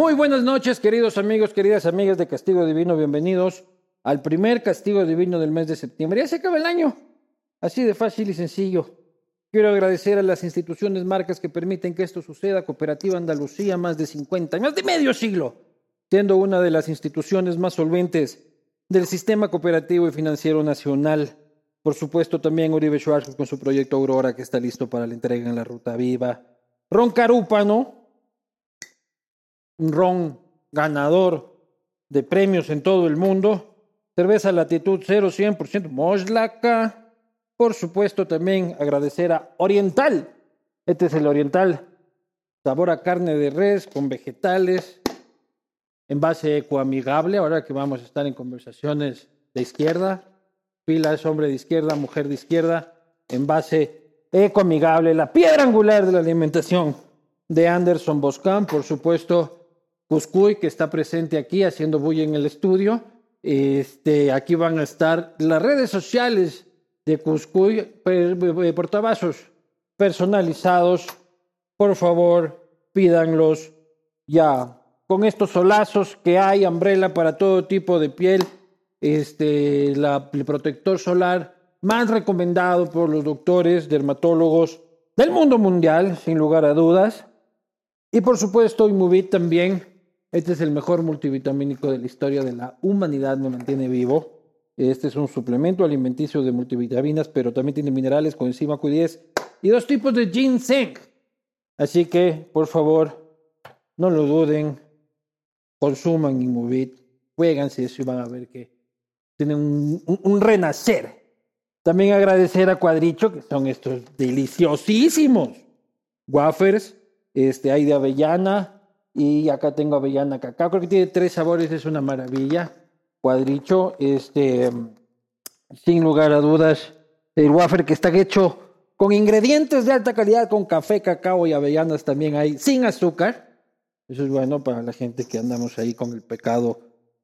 Muy buenas noches, queridos amigos, queridas amigas de Castigo Divino. Bienvenidos al primer Castigo Divino del mes de septiembre. Ya se acaba el año, así de fácil y sencillo. Quiero agradecer a las instituciones marcas que permiten que esto suceda. Cooperativa Andalucía, más de 50, más de medio siglo, siendo una de las instituciones más solventes del sistema cooperativo y financiero nacional. Por supuesto, también Uribe Schwarzkopf con su proyecto Aurora, que está listo para la entrega en la Ruta Viva. Ron Carúpano, un ron ganador de premios en todo el mundo. Cerveza Latitud 0, 100% Moslaca. Por supuesto, también agradecer a Oriental. Este es el Oriental. Sabor a carne de res con vegetales. Envase ecoamigable. Ahora que vamos a estar en conversaciones de izquierda. Pila es hombre de izquierda, mujer de izquierda. Envase ecoamigable. La piedra angular de la alimentación de Anderson Boscan. Por supuesto, Cuscuy, que está presente aquí haciendo bulla en el estudio. Aquí van a estar las redes sociales de Cuscuy, portavasos personalizados. Por favor, pídanlos ya. Con estos solazos que hay, Umbrella para todo tipo de piel, el protector solar más recomendado por los doctores, dermatólogos del mundo mundial, sin lugar a dudas. Y por supuesto, Inmovit también. Este es el mejor multivitamínico de la historia de la humanidad, me mantiene vivo. Este es un suplemento alimenticio de multivitaminas, pero también tiene minerales, coenzima Q10 y 2 tipos de ginseng. Así que, por favor, no lo duden, consuman Inmovit, juéganse eso y van a ver que tienen un renacer. También agradecer a Cuadricho, que son estos deliciosísimos wafers. Hay de avellana. Y acá tengo avellana cacao, creo que tiene 3 sabores, es una maravilla. Cuadricho, sin lugar a dudas, el wafer que está hecho con ingredientes de alta calidad, con café, cacao y avellanas también hay, sin azúcar. Eso es bueno para la gente que andamos ahí con el pecado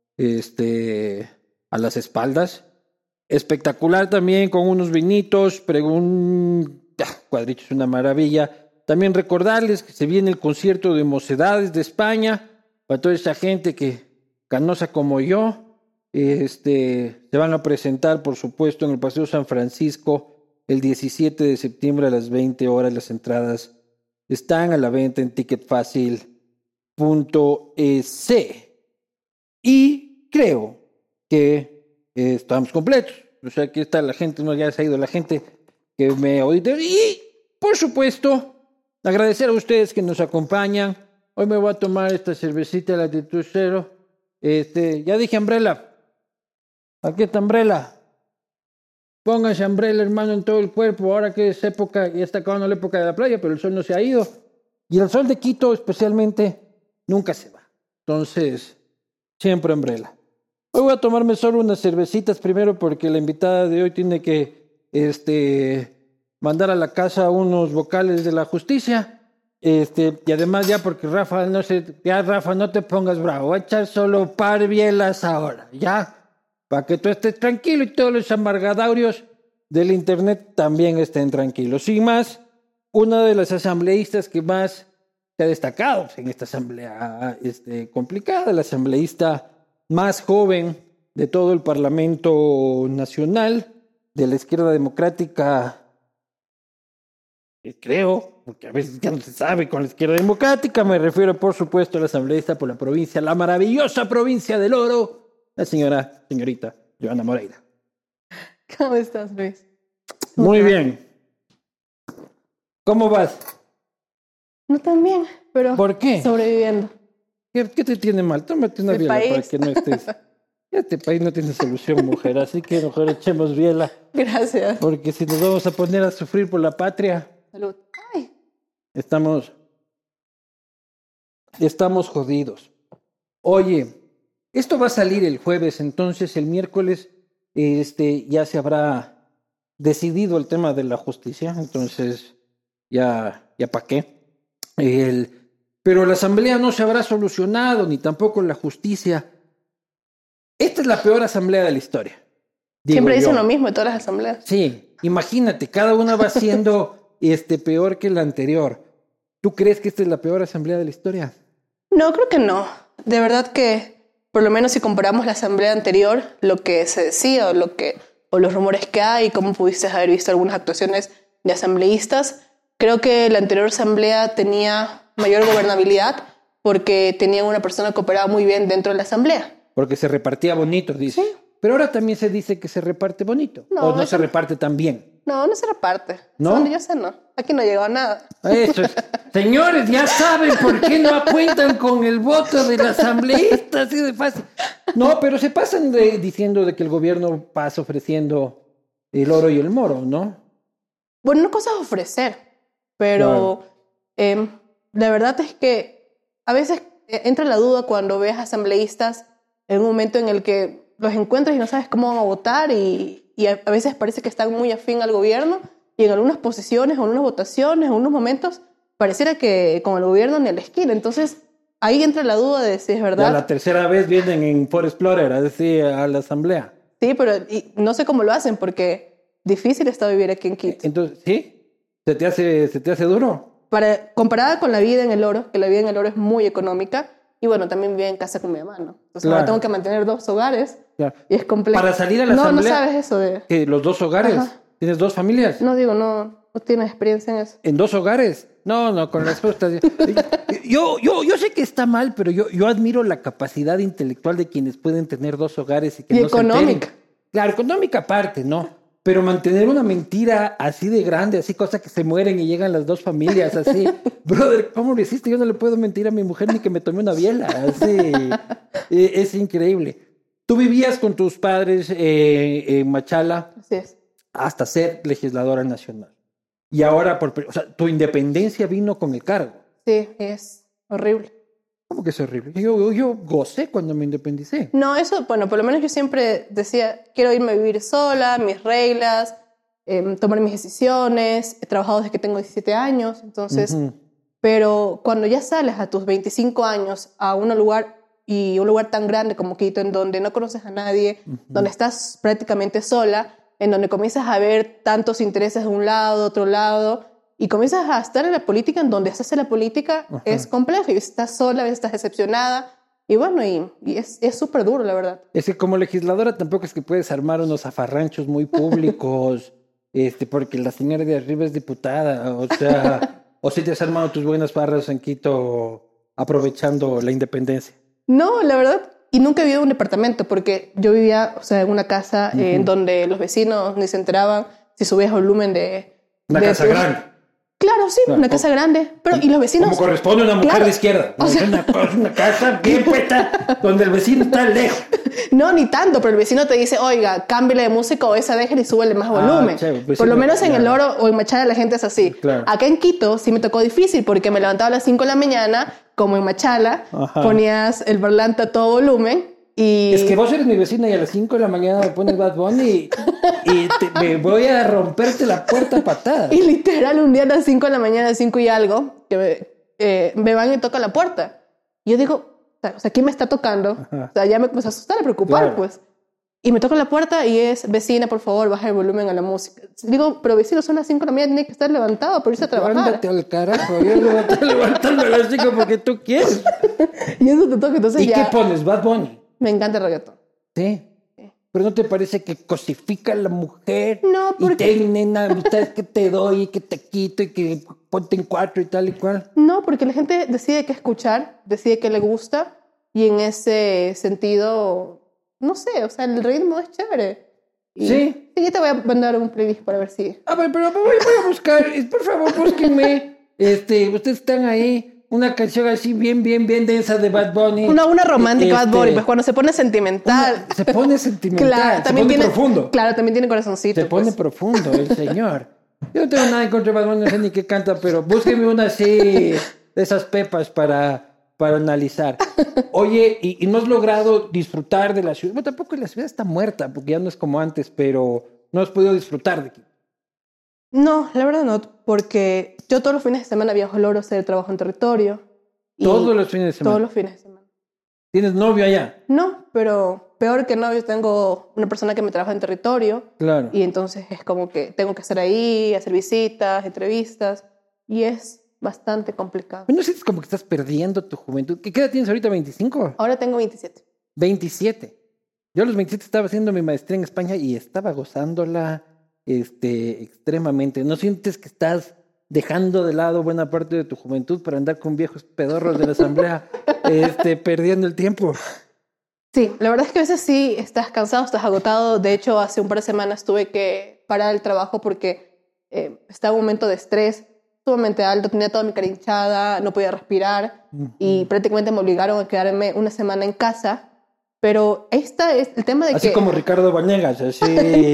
a las espaldas. Espectacular también con unos vinitos, Cuadricho es una maravilla. También recordarles que se viene el concierto de Mocedades de España, para toda esa gente que canosa como yo. Se van a presentar, por supuesto, en el Paseo San Francisco el 17 de septiembre a las 20 horas. Las entradas están a la venta en ticketfacil.es. Y creo que estamos completos. O sea, aquí está la gente, no ya se ha ido la gente que me audita. Y, por supuesto, agradecer a ustedes que nos acompañan. Hoy me voy a tomar esta cervecita Latitud 0. Ya dije Umbrella. Aquí está Umbrella. Pónganse Umbrella, hermano, en todo el cuerpo. Ahora que es época, ya está acabando la época de la playa, pero el sol no se ha ido. Y el sol de Quito, especialmente, nunca se va. Entonces, siempre Umbrella. Hoy voy a tomarme solo unas cervecitas primero porque la invitada de hoy tiene que mandar a la casa unos vocales de la justicia, y además ya porque Rafa, no te pongas bravo, voy a echar solo par bielas ahora, ya, para que tú estés tranquilo y todos los amargadaurios del internet también estén tranquilos. Sin más, una de las asambleístas que más se ha destacado en esta asamblea complicada, la asambleísta más joven de todo el Parlamento Nacional, de la izquierda democrática, creo, porque a veces ya no se sabe con la izquierda democrática, me refiero por supuesto a la asambleísta por la provincia, la maravillosa provincia del Oro, la señorita Joana Moreira. ¿Cómo estás, Luis? Muy bien. ¿Cómo vas? No tan bien, pero ¿por qué? Sobreviviendo. ¿Qué te tiene mal? Tómate una biela para que no estés. Este país no tiene solución, mujer, así que mejor echemos biela. Gracias. Porque si nos vamos a poner a sufrir por la patria, salud. Ay. Estamos jodidos. Oye, esto va a salir el jueves, entonces el miércoles ya se habrá decidido el tema de la justicia, entonces ya para qué. Pero la asamblea no se habrá solucionado, ni tampoco la justicia. Esta es la peor asamblea de la historia. Siempre dicen lo mismo en todas las asambleas. Sí, imagínate, cada una va siendo peor que la anterior. ¿Tú crees que esta es la peor asamblea de la historia? No, creo que no. De verdad que, por lo menos si comparamos la asamblea anterior, lo que se decía o los rumores que hay, cómo pudiste haber visto algunas actuaciones de asambleístas, creo que la anterior asamblea tenía mayor gobernabilidad porque tenía una persona que operaba muy bien dentro de la asamblea. Porque se repartía bonito, dice. Sí. Pero ahora también se dice que se reparte bonito. ¿O no se reparte tan bien? No se reparte. ¿No? Donde yo sé, no. Aquí no llegó a nada. Eso es. Señores, ya saben por qué no cuentan con el voto del asambleísta, así de fácil. No, pero se pasan diciendo de que el gobierno pasa ofreciendo el oro y el moro, ¿no? Bueno, una cosa es ofrecer, pero la verdad es que a veces entra la duda cuando ves asambleístas en un momento en el que los encuentras y no sabes cómo van a votar y a veces parece que están muy afín al gobierno y en algunas posiciones o en unas votaciones o en unos momentos pareciera que con el gobierno ni a la esquina. Entonces ahí entra la duda de si es verdad. Ya la tercera vez vienen en Ford Explorer a decir a la asamblea. Sí, pero no sé cómo lo hacen porque difícil está vivir aquí en Quito. Entonces, ¿sí? ¿Se te hace duro? Comparada con la vida en el oro, que la vida en el oro es muy económica, y bueno, también vivía en casa con mi mamá, ¿no? Entonces ahora tengo que mantener 2 hogares y es complejo. Para salir a la asamblea... No sabes eso de... ¿Que los 2 hogares? Ajá. ¿Tienes 2 familias? No tienes experiencia en eso. ¿En 2 hogares? No, con las cosas... yo sé que está mal, pero yo admiro la capacidad intelectual de quienes pueden tener 2 hogares y que no económica. Claro, económica aparte, ¿no? Pero mantener una mentira así de grande, así cosa que se mueren y llegan las 2 familias, así. Brother, ¿cómo lo hiciste? Yo no le puedo mentir a mi mujer ni que me tome una biela. Así. Es increíble. Tú vivías con tus padres en Machala. Así es. Hasta ser legisladora nacional. Y ahora, tu independencia vino con el cargo. Sí, es horrible. ¿Cómo que es horrible? Yo gocé cuando me independicé. No, eso, bueno, por lo menos yo siempre decía, quiero irme a vivir sola, mis reglas, tomar mis decisiones. He trabajado desde que tengo 17 años, entonces... Pero cuando ya sales a tus 25 años a un lugar tan grande como Quito, en donde no conoces a nadie, donde estás prácticamente sola, en donde comienzas a ver tantos intereses de un lado, de otro lado, y comienzas a estar en la política, en donde hacerse la política es complejo, y estás sola, a veces estás decepcionada, y bueno, y es súper duro, la verdad. Es que como legisladora tampoco es que puedes armar unos zafarranchos muy públicos, porque la señora de arriba es diputada, o sea, o si te has armado tus buenas barras en Quito aprovechando la independencia. No, la verdad, y nunca he vivido en un departamento, porque yo vivía, o sea, en una casa en donde los vecinos ni se enteraban si subías el volumen de... Una casa grande. Claro, sí, una casa grande. Pero, y los vecinos... Como corresponde a una mujer de izquierda. O sea, una casa bien puesta donde el vecino está lejos. No, ni tanto, pero el vecino te dice, oiga, cámbiale de música o esa déjale y súbele más volumen. Por lo menos en el Oro o en Machala la gente es así. Claro. Acá en Quito sí me tocó difícil porque me levantaba a las 5 de la mañana, como en Machala, ponías el parlante a todo volumen. Y... Es que vos eres mi vecina y a las 5 de la mañana me pones Bad Bunny y me voy a romperte la puerta a patadas. Y literal, un día a las 5 de la mañana, 5 y algo, que me van y tocan la puerta. Y yo digo, o sea, ¿quién me está tocando? O sea, ya me empezó a asustar, a preocupar, pues. Y me tocan la puerta y es, vecina, por favor, baja el volumen a la música. Digo, pero vecino, son las 5 de la mañana, tiene que estar levantado para irse a trabajar. Ándate al carajo, yo levantarme a las 5 porque tú quieres. Y eso te toca, entonces ¿Y qué pones? Bad Bunny. Me encanta el reggaetón. ¿Sí? ¿Pero no te parece que cosifica a la mujer? No, porque... Y nena, ¿sabes que te doy y que te quito y que ponte en 4 y tal y cual? No, porque la gente decide qué escuchar, decide qué le gusta y en ese sentido, no sé, o sea, el ritmo es chévere. Y, ¿sí? Sí, yo te voy a mandar un playlist para ver si... Pero voy a buscar, por favor, búsquenme. Ustedes están ahí. Una canción así bien densa de Bad Bunny. Una romántica Bad Bunny, pues cuando se pone sentimental. Se pone sentimental, claro, también tiene profundo. Claro, también tiene corazoncito. Se pone profundo el señor. Yo no tengo nada en contra de Bad Bunny, no sé ni qué canta, pero búsquenme una así de esas pepas para analizar. Oye, ¿y no has logrado disfrutar de la ciudad? Bueno, tampoco la ciudad está muerta, porque ya no es como antes, pero no has podido disfrutar de aquí. No, la verdad no, porque yo todos los fines de semana viajo al Oro a hacer trabajo en territorio. ¿Todos los fines de semana? Todos los fines de semana. ¿Tienes novio allá? No, pero peor que novio, tengo una persona que me trabaja en territorio. Claro. Y entonces es como que tengo que estar ahí, hacer visitas, entrevistas, y es bastante complicado. ¿No sientes como que estás perdiendo tu juventud? ¿Qué edad tienes ahorita? ¿25? Ahora tengo 27. 27. Yo a los 27 estaba haciendo mi maestría en España y estaba gozándola extremadamente. ¿No sientes que estás dejando de lado buena parte de tu juventud para andar con viejos pedorros de la asamblea perdiendo el tiempo? Sí, la verdad es que a veces sí estás cansado, estás agotado. De hecho, hace un par de semanas tuve que parar el trabajo porque estaba en un momento de estrés sumamente alto, tenía toda mi cara hinchada, no podía respirar y prácticamente me obligaron a quedarme una semana en casa. Pero ahí está es el tema de así que... como Ricardo Vanegas, así...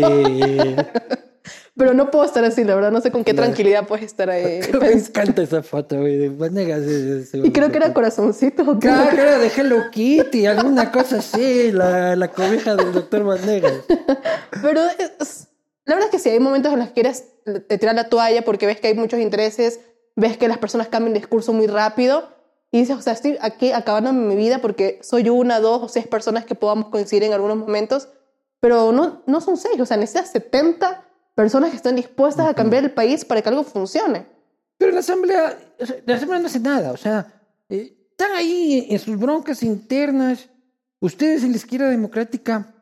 Pero no puedo estar así, la verdad, no sé con qué tranquilidad puedes estar ahí. Me encanta esa foto, güey, de Vanegas. Y creo que era corazoncito. Claro, era de Hello Kitty, alguna cosa así, la cobija del doctor Vanegas. Pero la verdad es que sí, hay momentos en los que quieres tirar la toalla porque ves que hay muchos intereses, ves que las personas cambian de discurso muy rápido y dices, o sea, estoy aquí acabando mi vida porque soy 1, 2 o 6 personas que podamos coincidir en algunos momentos, pero no son 6, o sea, necesitas 70 personas que están dispuestas a cambiar el país para que algo funcione. Pero la asamblea no hace nada, o sea, están ahí en sus broncas internas. Ustedes en la izquierda democrática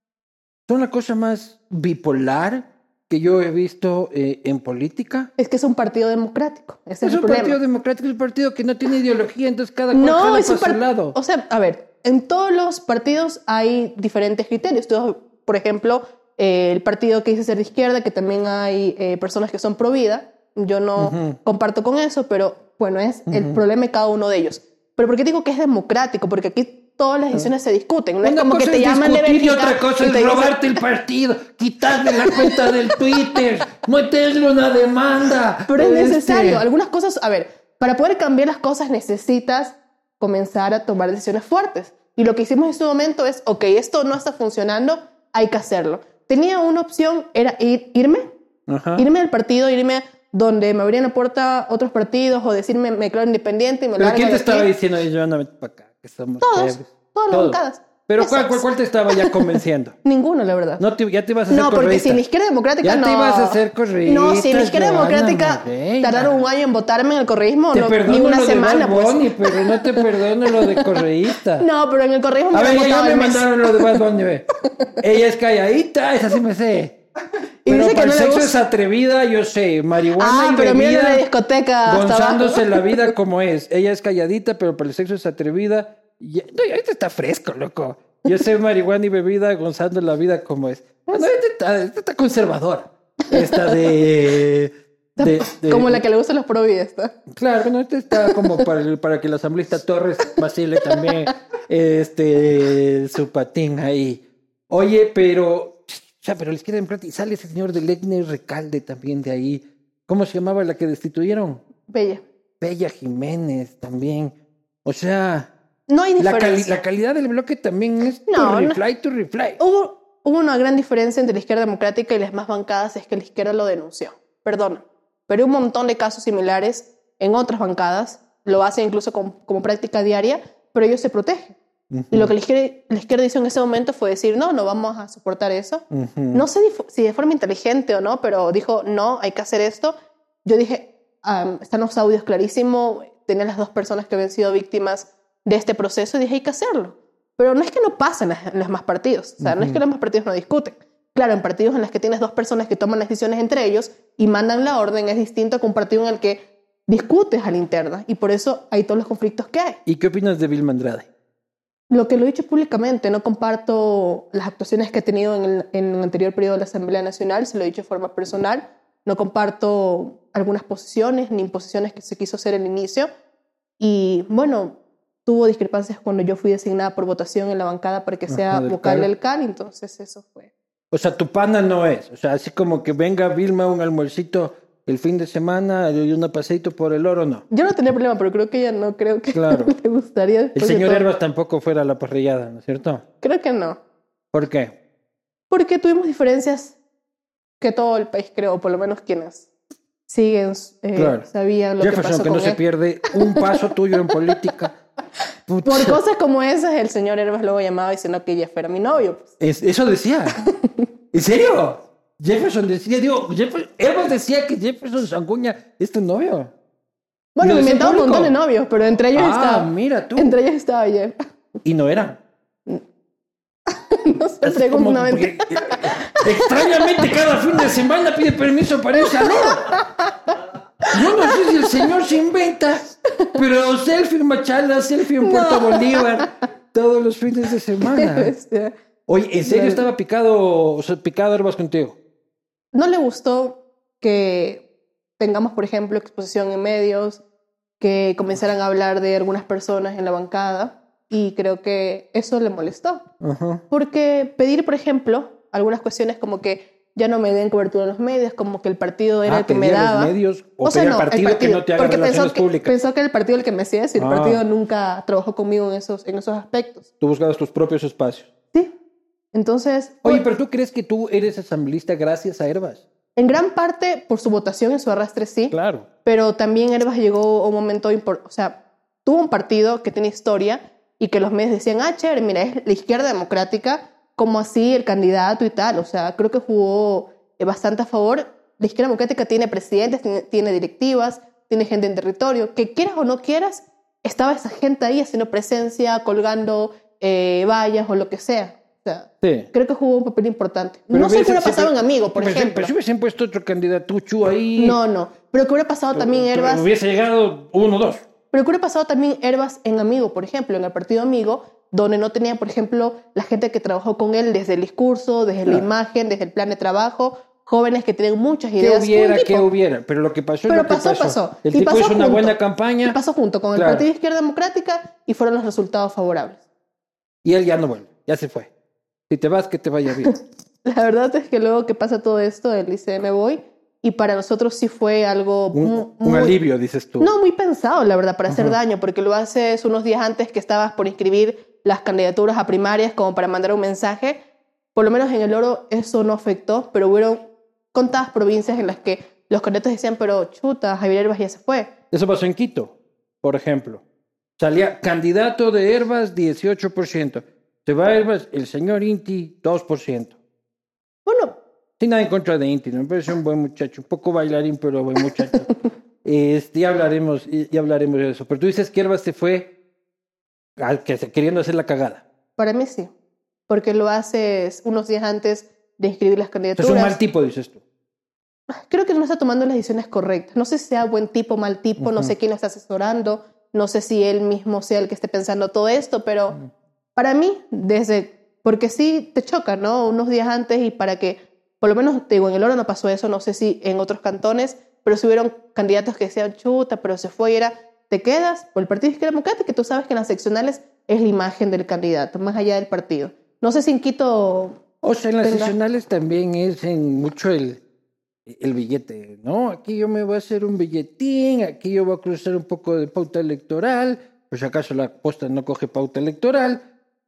son la cosa más bipolar que yo he visto en política. Es que es un partido democrático. Ese es un el problema. Partido democrático, es un partido que no tiene ideología, entonces cada cual jala para su lado. O sea, a ver, en todos los partidos hay diferentes criterios. Tú, por ejemplo, el partido que dice ser de izquierda, que también hay personas que son pro vida. Yo no comparto con eso, pero bueno, es el problema de cada uno de ellos. Pero ¿por qué digo que es democrático? Porque aquí todas las decisiones se discuten. No es como que te llaman de Bélgica. Y otra cosa es robarte el partido, quitarle la cuenta del Twitter, meterle una demanda. Pero es necesario. Algunas cosas, a ver, para poder cambiar las cosas necesitas comenzar a tomar decisiones fuertes. Y lo que hicimos en este momento es, ok, esto no está funcionando, hay que hacerlo. Tenía una opción, era irme del partido, irme donde me abrían la puerta otros partidos o decirme me declaro independiente y me largo. ¿Pero quién te estaba diciendo? Yo no me para acá. Todas las bancadas. ¿Pero cuál te estaba ya convenciendo? Ninguno, la verdad. No, ya te ibas a hacer correísta. No, porque si la izquierda democrática ya te ibas a hacer correísta. No, si la izquierda democrática tardaron un año en votarme en el correísmo, ni una semana, pues. Bunny, pero no te perdono lo de correísta. No, pero en el correísmo a ver, ya me mandaron lo de Bad Bunny, ve. Ella es calladita, esa sí me sé. Y pero dice para que el sexo es atrevida, yo sé, marihuana y pero bebida. mira la discoteca gozándose la vida como es. Ella es calladita, pero para el sexo es atrevida. Y ahorita está fresco, loco. Yo sé marihuana y bebida gozando la vida como es. Bueno, esta está conservadora. Esta como la que le gusta a los pro-vida. Claro, bueno, esta está como para que la asambleísta Torres vacile también su patín ahí. Oye, pero la izquierda democrática, sale ese señor de Legner Recalde también de ahí. ¿Cómo se llamaba la que destituyeron? Bella Jiménez también. O sea, no hay diferencia. La calidad del bloque también es to reply. Hubo una gran diferencia entre la izquierda democrática y las más bancadas, es que la izquierda lo denunció. Perdón, pero hay un montón de casos similares en otras bancadas, lo hacen incluso como práctica diaria, pero ellos se protegen. Y lo que la izquierda hizo en ese momento fue decir, no vamos a soportar eso. No sé si de forma inteligente o no, pero dijo, no, hay que hacer esto. Yo dije, están los audios clarísimos, tenía las 2 personas que habían sido víctimas de este proceso y dije, hay que hacerlo. Pero no es que no pasen en los más partidos, o sea, no es que los más partidos no discuten. Claro, en partidos en los que tienes 2 personas que toman las decisiones entre ellos y mandan la orden es distinto que un partido en el que discutes a la interna y por eso hay todos los conflictos que hay. ¿Y qué opinas de Vilma Andrade? Lo que lo he dicho públicamente, no comparto las actuaciones que ha tenido en el anterior periodo de la Asamblea Nacional, se lo he dicho de forma personal, no comparto algunas posiciones ni imposiciones que se quiso hacer al inicio y bueno, tuvo discrepancias cuando yo fui designada por votación en la bancada para que sea vocal del CAL, entonces eso fue. O sea, tu pana no es, o sea, así como que venga Vilma un almuercito el fin de semana y un paseito por el oro, no. Yo no tenía problema, pero creo que ella no, creo que le gustaría. El señor Herbas tampoco fuera a la parrillada, ¿no es cierto? Creo que no. ¿Por qué? Porque tuvimos diferencias que todo el país, creo, por lo menos quienes siguen, sabían lo Jefferson, que pasó que con no se pierde un paso tuyo en política. Pucha. Por cosas como esas, el señor Herbas luego llamaba diciendo que Jeff era mi novio. Pues. Eso decía. ¿En serio? Jefferson decía, Herbas decía que Jefferson Sanguña es tu novio. Bueno, me inventaba un montón de novios, pero entre ellos estaba. Mira tú. Entre ellos estaba ayer. ¿Y no eran? No se pregunta. Extrañamente, cada fin de semana pide permiso para ir al salón. Yo no sé si el señor se inventa, pero selfie en Machala, selfie en Puerto Bolívar, todos los fines de semana. Oye, ¿en serio estaba picado Herbas contigo? No le gustó que tengamos, por ejemplo, exposición en medios, que comenzaran a hablar de algunas personas en la bancada, y creo que eso le molestó. Uh-huh. Porque pedir, por ejemplo, algunas cuestiones como que ya no me den cobertura en los medios, como que el partido era el que me daba. Los medios, o sea, no, el partido que no te haga relaciones públicas. Pensó que era el partido el que me hacía eso, y el partido nunca trabajó conmigo en esos aspectos. Tú buscabas tus propios espacios. Sí. Entonces... Oye, pero ¿tú crees que tú eres asambleísta gracias a Herbas? En gran parte por su votación y su arrastre, sí. Claro. Pero también Herbas llegó a un momento importante. O sea, tuvo un partido que tiene historia y que los medios decían, chévere, mira, es la izquierda democrática, como así el candidato y tal. O sea, creo que jugó bastante a favor. La izquierda democrática tiene presidentes, tiene directivas, tiene gente en territorio. Que quieras o no quieras, estaba esa gente ahí haciendo presencia, colgando vallas o lo que sea. O sea, sí. Creo que jugó un papel importante. Pero no sé qué hubiera pasado en Amigo, por ejemplo. Pero si hubiesen puesto otro candidatucho ahí... No. Pero que hubiera pasado también Herbas... Hubiese llegado 1 o 2. Pero que hubiera pasado también Herbas en Amigo, por ejemplo, en el partido Amigo, donde no tenía, por ejemplo, la gente que trabajó con él desde el discurso, desde la imagen, desde el plan de trabajo, jóvenes que tienen muchas ideas. ¿Qué hubiera? Pero lo que pasó es lo que pasó. El y tipo hizo una buena campaña. Y pasó junto con el Partido Izquierda Democrática y fueron los resultados favorables. Y él ya no vuelve, ya se fue. Si te vas, que te vaya bien. La verdad es que luego que pasa todo esto, él dice, me voy. Y para nosotros sí fue algo... Un alivio, dices tú. No, muy pensado, la verdad, para hacer daño, porque lo haces unos días antes que estabas por inscribir las candidaturas a primarias como para mandar un mensaje. Por lo menos en El Oro eso no afectó, pero hubieron contadas provincias en las que los candidatos decían, pero chuta, Javier Herbas ya se fue. Eso pasó en Quito, por ejemplo. Salía candidato de Herbas, 18%. Se va Herbas, el señor Inti, 2%. Bueno... Sin nada en contra de Inti, me parece un buen muchacho, un poco bailarín, pero buen muchacho. Ya hablaremos de eso. Pero tú dices que Herbas se fue queriendo hacer la cagada. Para mí sí, porque lo haces unos días antes de inscribir las candidaturas. Es un mal tipo, dices tú. Creo que no está tomando las decisiones correctas. No sé si sea buen tipo, mal tipo, no sé quién lo está asesorando, no sé si él mismo sea el que esté pensando todo esto, pero para mí, porque sí te choca, ¿no? Unos días antes y para que... Por lo menos, te digo, en El Oro no pasó eso, no sé si en otros cantones, pero si hubieron candidatos que decían, chuta, pero se fue y era, te quedas por el Partido Izquierda Democrática, que tú sabes que en las seccionales es la imagen del candidato, más allá del partido. No sé si en Quito... O sea, en las seccionales también es mucho el billete, ¿no? Aquí yo me voy a hacer un billetín, aquí yo voy a cruzar un poco de pauta electoral, pues si acaso la posta no coge pauta electoral,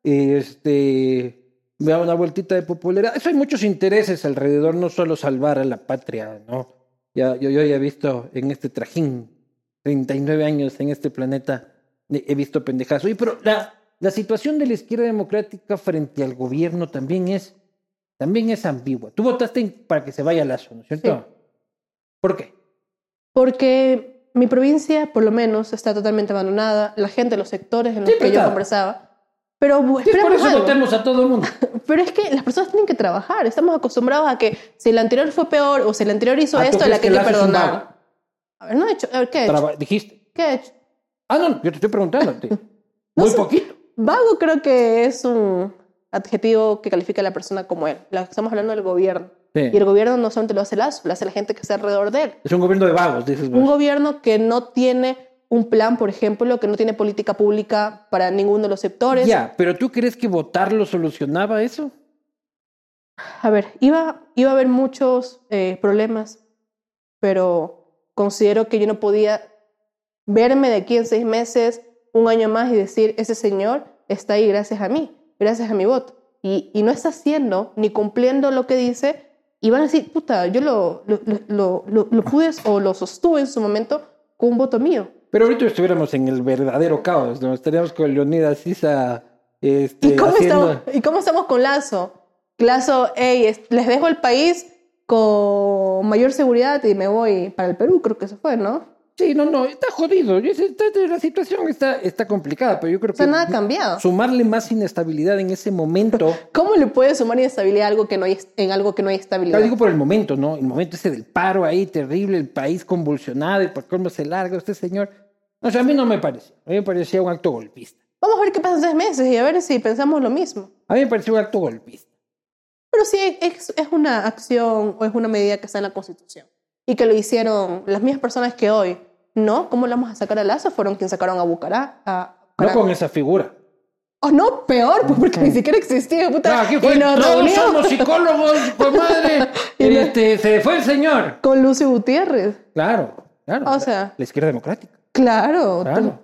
me da una vueltita de popularidad. Eso hay muchos intereses alrededor, no solo salvar a la patria, ¿no? Yo ya he visto en este trajín, 39 años en este planeta, he visto pendejadas. Oye, pero la situación de la izquierda democrática frente al gobierno también es ambigua. Tú votaste para que se vaya Lasso, ¿no es cierto? Sí. ¿Por qué? Porque mi provincia, por lo menos, está totalmente abandonada. La gente, los sectores en los que yo conversaba... Pero por eso votemos a todo el mundo. Pero es que las personas tienen que trabajar. Estamos acostumbrados a que si el anterior fue peor o si el anterior hizo esto, la que hay que perdonar. A ver, no he hecho. A ver, ¿qué he hecho? Dijiste. ¿Qué he hecho? No, yo te estoy preguntando. Muy poquito. Vago creo que es un adjetivo que califica a la persona como él. Estamos hablando del gobierno. Sí. Y el gobierno no solamente lo hace Lasso, lo hace la gente que está alrededor de él. Es un gobierno de vagos, dices vos. Un gobierno que no tiene un plan, por ejemplo, que no tiene política pública para ninguno de los sectores. Ya, pero ¿tú crees que votarlo solucionaba eso? A ver, iba a haber muchos problemas, pero considero que yo no podía verme de aquí en 6 meses, un año más y decir, ese señor está ahí gracias a mí, gracias a mi voto. Y no está haciendo ni cumpliendo lo que dice, y van a decir, puta, yo lo pude o lo sostuve en su momento con un voto mío. Pero ahorita estuviéramos en el verdadero caos, ¿no? Estaríamos con Leonidas Sisa. ¿Y cómo estamos con Lasso? Lasso, les dejo el país con mayor seguridad y me voy para el Perú, creo que eso fue, ¿no? Sí, no, está jodido. La situación está complicada, pero yo creo O sea, que nada ha cambiado. sumarle más inestabilidad en ese momento. ¿Cómo le puedes sumar inestabilidad a algo que no hay, en algo que no hay estabilidad? Claro, digo por el momento, ¿no? El momento ese del paro ahí terrible, el país convulsionado y por cómo se larga este señor. No sé, a mí no me parece. A mí me parecía un acto golpista. Vamos a ver qué pasa en 6 meses y a ver si pensamos lo mismo. A mí me pareció un acto golpista. Pero sí, es una acción o es una medida que está en la Constitución. Y que lo hicieron las mismas personas que hoy. ¿No? ¿Cómo le vamos a sacar a Lazo? Fueron quienes sacaron a Bucará. No con esa figura. Oh, no, peor, pues porque ni siquiera existía, puta. Aquí fue, Y nos todos reunió somos psicólogos, comadre. Se fue el señor. con Lucio Gutiérrez. Claro. O sea. La izquierda democrática. Claro.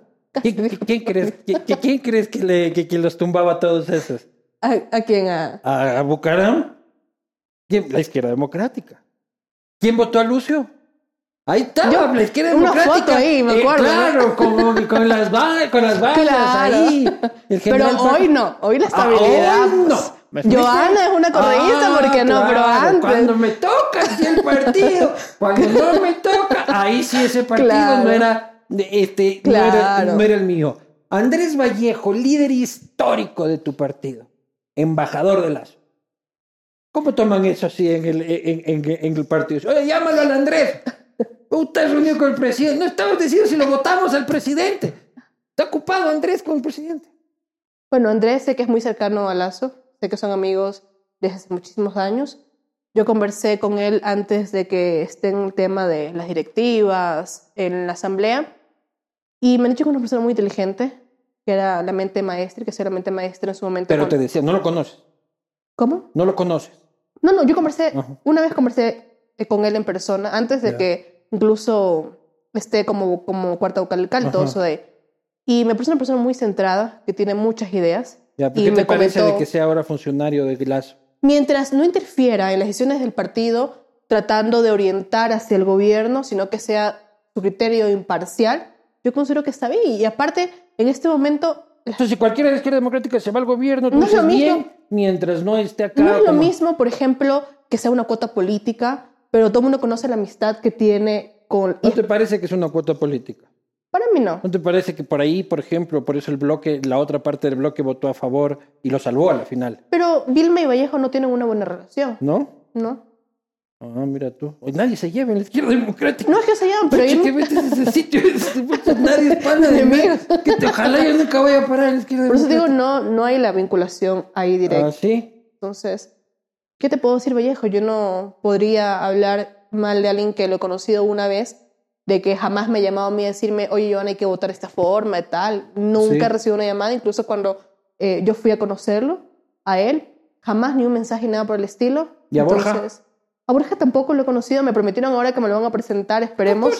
¿Quién crees que los tumbaba a todos esos? ¿A quién? ¿A Bucaram? La izquierda democrática. ¿Quién votó a Lucio? Ahí está, la izquierda democrática. Una foto ahí, me acuerdo. Claro, con las balas Claro. ahí. Pero hoy no, hoy la estabilidad. Hoy no. Joana es una correísta porque no, pero antes. Cuando me toca, sí, el partido. Cuando no me toca, ahí sí ese partido Claro. no era no era el mío. Andrés Vallejo, líder histórico de tu partido, embajador de Lazo. ¿Cómo toman eso así en el partido? Oye, llámalo al Andrés. Usted es reunido con el presidente. No estamos diciendo si lo votamos al presidente. Está ocupado Andrés con el presidente. Bueno, Andrés sé que es muy cercano a Lazo. Sé que son amigos desde hace muchísimos años. Yo conversé con él antes de que esté en el tema de las directivas, en la asamblea. Y me han dicho que es una persona muy inteligente, que era la mente maestra, que era la mente maestra en su momento. Pero te decía, no lo conoces. ¿Cómo? No lo conoces. No, yo conversé, una vez conversé con él en persona, antes de que incluso esté como cuarta vocal alcalde, todo eso de... Y me parece una persona muy centrada, que tiene muchas ideas. Ya, ¿qué te parece de que sea ahora funcionario de Lazo? Mientras no interfiera en las decisiones del partido, tratando de orientar hacia el gobierno, sino que sea su criterio imparcial, yo considero que está bien. Y aparte, en este momento... Entonces, si cualquiera de la izquierda democrática se va al gobierno, no es lo mismo, bien, mientras no esté acá. No es lo mismo, por ejemplo, que sea una cuota política, pero todo el mundo conoce la amistad que tiene con... ¿No te parece que es una cuota política? Para mí no. ¿No te parece que por ahí, por ejemplo, por eso la otra parte del bloque votó a favor y lo salvó a la final? Pero Vilma y Vallejo no tienen una buena relación. ¿No? No. Ah, mira tú. Hoy nadie se lleva en la izquierda democrática. No es que se llevan, pero... ¿Qué metes en ese sitio? Nadie es pana de mí. Ojalá yo nunca vaya a parar en la izquierda democrática. Por eso democrática. digo, no hay la vinculación ahí directa. Ah, ¿sí? Entonces, ¿qué te puedo decir, Vallejo? Yo no podría hablar mal de alguien que lo he conocido una vez, de que jamás me ha llamado a mí a decirme, oye, Joana, hay que votar de esta forma y tal. Nunca he recibido una llamada, incluso cuando yo fui a conocerlo, a él, jamás ni un mensaje ni nada por el estilo. ¿Y a Borja? A Borja tampoco lo he conocido, me prometieron ahora que me lo van a presentar, esperemos.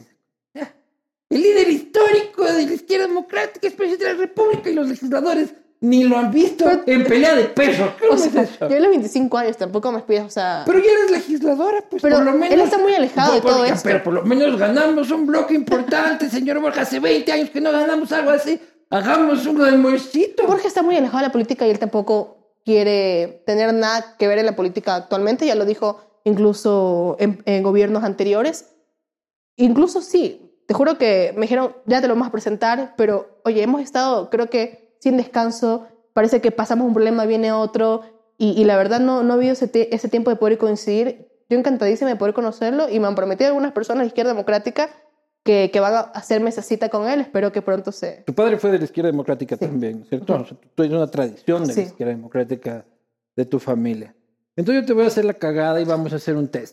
El líder histórico de la izquierda democrática es presidente de la República y los legisladores ni lo han visto en pelea de peso. O sea, yo a los 25 años tampoco me pides, o sea... Pero ya eres legisladora, pues pero por lo menos... él está muy alejado de todo esto. Pero por lo menos ganamos un bloque importante, señor Borja. Hace 20 años que no ganamos algo así. Hagamos un almuercito. Borja está muy alejado de la política y él tampoco quiere tener nada que ver en la política actualmente. Ya lo dijo incluso en gobiernos anteriores. Incluso sí, te juro que me dijeron, ya te lo vamos a presentar, pero oye, hemos estado, creo que sin descanso, parece que pasamos un problema, viene otro, y la verdad no ha habido ese tiempo de poder coincidir. Yo encantadísima de poder conocerlo y me han prometido algunas personas de la izquierda democrática que van a hacerme esa cita con él. Espero que pronto se... Tu padre fue de la izquierda democrática también, ¿cierto? O sea, tú tienes una tradición de la izquierda democrática de tu familia. Entonces yo te voy a hacer la cagada y vamos a hacer un test.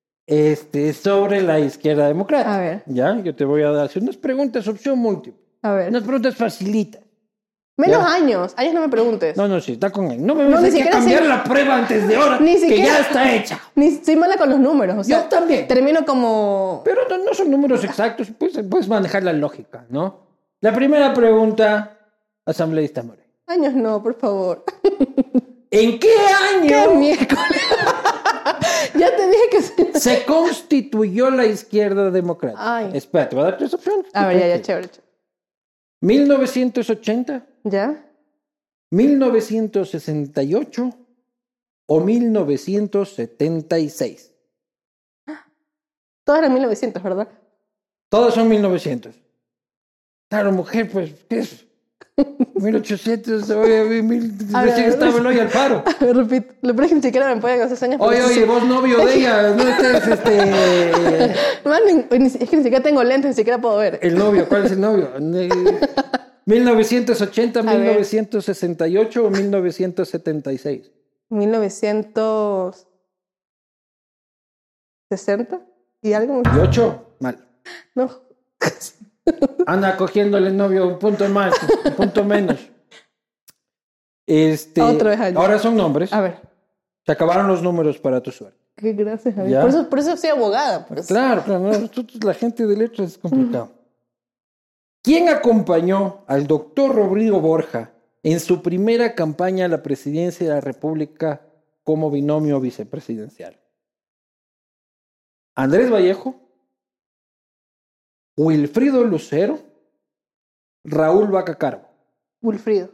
Sobre la izquierda democrática. A ver. ¿Ya? Yo te voy a hacer unas preguntas, opción múltiple. A ver. Unas preguntas facilitas. Menos años no me preguntes. No, sí, está con él. No me vas a cambiar la prueba antes de ahora, que ya está hecha. Soy mala con los números. O sea, yo también. Termino como... Pero no son números exactos, puedes manejar la lógica, ¿no? La primera pregunta, asambleísta More. Años no, por favor. ¿En qué año? ¡Qué miércoles! Ya te dije que se constituyó la izquierda democrática. Ay. Espera, te voy a dar 3 opciones. A ver, ya, chévere. 1980. ¿Ya? 1968 o 1976. Todas eran 1900, ¿verdad? Todos son 1900. Claro, mujer, pues, ¿qué es? 1800, oye, recién estaba el hoy al paro. A ver, repito. Lo peor es que ni siquiera me pueden hacer señas. Oye, vos novio de ella, no estés, Man, es que ni siquiera tengo lentes, ni siquiera puedo ver. El novio, ¿cuál es el novio? 1980, 1968 o 1976. 1960 y algo. ¿Y 8? Mal. No. Anda cogiéndole el novio un punto más, un punto menos. Otra vez año. Ahora son nombres. A ver. Se acabaron los números para tu suerte. Qué gracias, Javier. Por eso soy abogada. Por eso. Claro, no, la gente de letras es complicado. ¿Quién acompañó al doctor Rodrigo Borja en su primera campaña a la presidencia de la República como binomio vicepresidencial? ¿Andrés Vallejo? ¿Wilfrido Lucero? ¿Raúl Vaca Carbo? Wilfrido.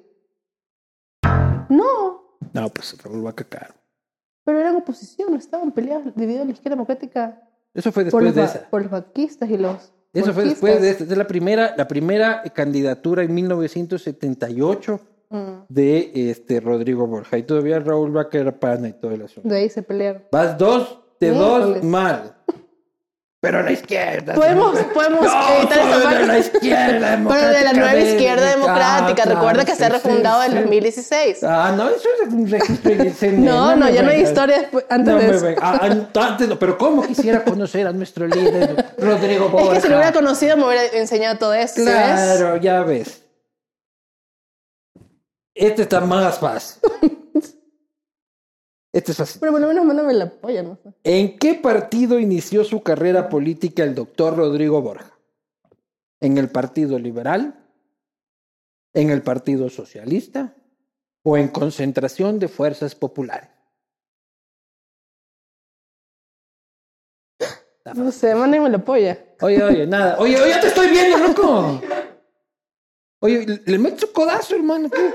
No. No, pues Raúl Vaca Carbo. Pero eran oposición, estaban peleados, divididos la izquierda democrática. Eso fue después de esa. Por los vaquistas y los... Eso fue después de esta. Es la primera candidatura en 1978 de Rodrigo Borja. Y todavía Raúl Vaca era pana y todo el asunto. De ahí se pelearon. Vas 2 de 2 mal. Pero a la izquierda. Podemos evitar esa parte. La izquierda democrática. Pero de la nueva izquierda democrática. Recuerda que se ha refundado en 2016. No, eso es un registro en el CNE. No, ya no hay historia antes de eso. Antes no, pero ¿cómo quisiera conocer a nuestro líder, Rodrigo Borja? Es que si lo hubiera conocido me hubiera enseñado todo eso. Claro, ¿ves? Ya ves. Este está más fácil. Este es fácil. Pero por lo menos mándame la polla, ¿no? ¿En qué partido inició su carrera política el doctor Rodrigo Borja? ¿En el Partido Liberal? ¿En el Partido Socialista? ¿O en Concentración de Fuerzas Populares? No sé, mándenme la polla. Oye, nada. Oye, ya te estoy viendo, loco. Oye, le meto su codazo, hermano. ¿Qué?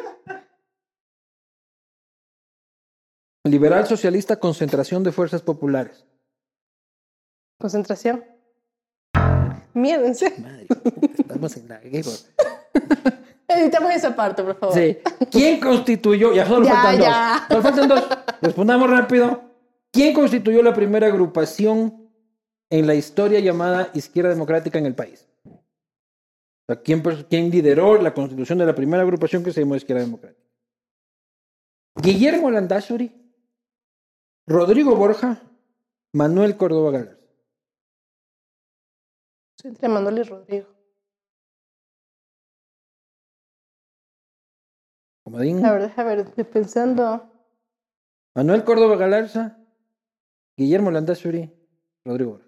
Liberal, socialista, Concentración de Fuerzas Populares. ¿Concentración? Mierda, ¿en serio? Madre, estamos en la guerra. Editamos esa parte, por favor. Sí. ¿Quién constituyó? Ya solo faltan dos. Solo faltan dos. Respondamos rápido. ¿Quién constituyó la primera agrupación en la historia llamada Izquierda Democrática en el país? O sea, ¿quién lideró la constitución de la primera agrupación que se llamó Izquierda Democrática? Guillermo Landázuri, Rodrigo Borja, Manuel Córdoba Galarza. Soy entre Manuel y Rodrigo. Comodín. La verdad, a ver, estoy pensando. Manuel Córdoba Galarza, Guillermo Landázuri, Rodrigo Borja.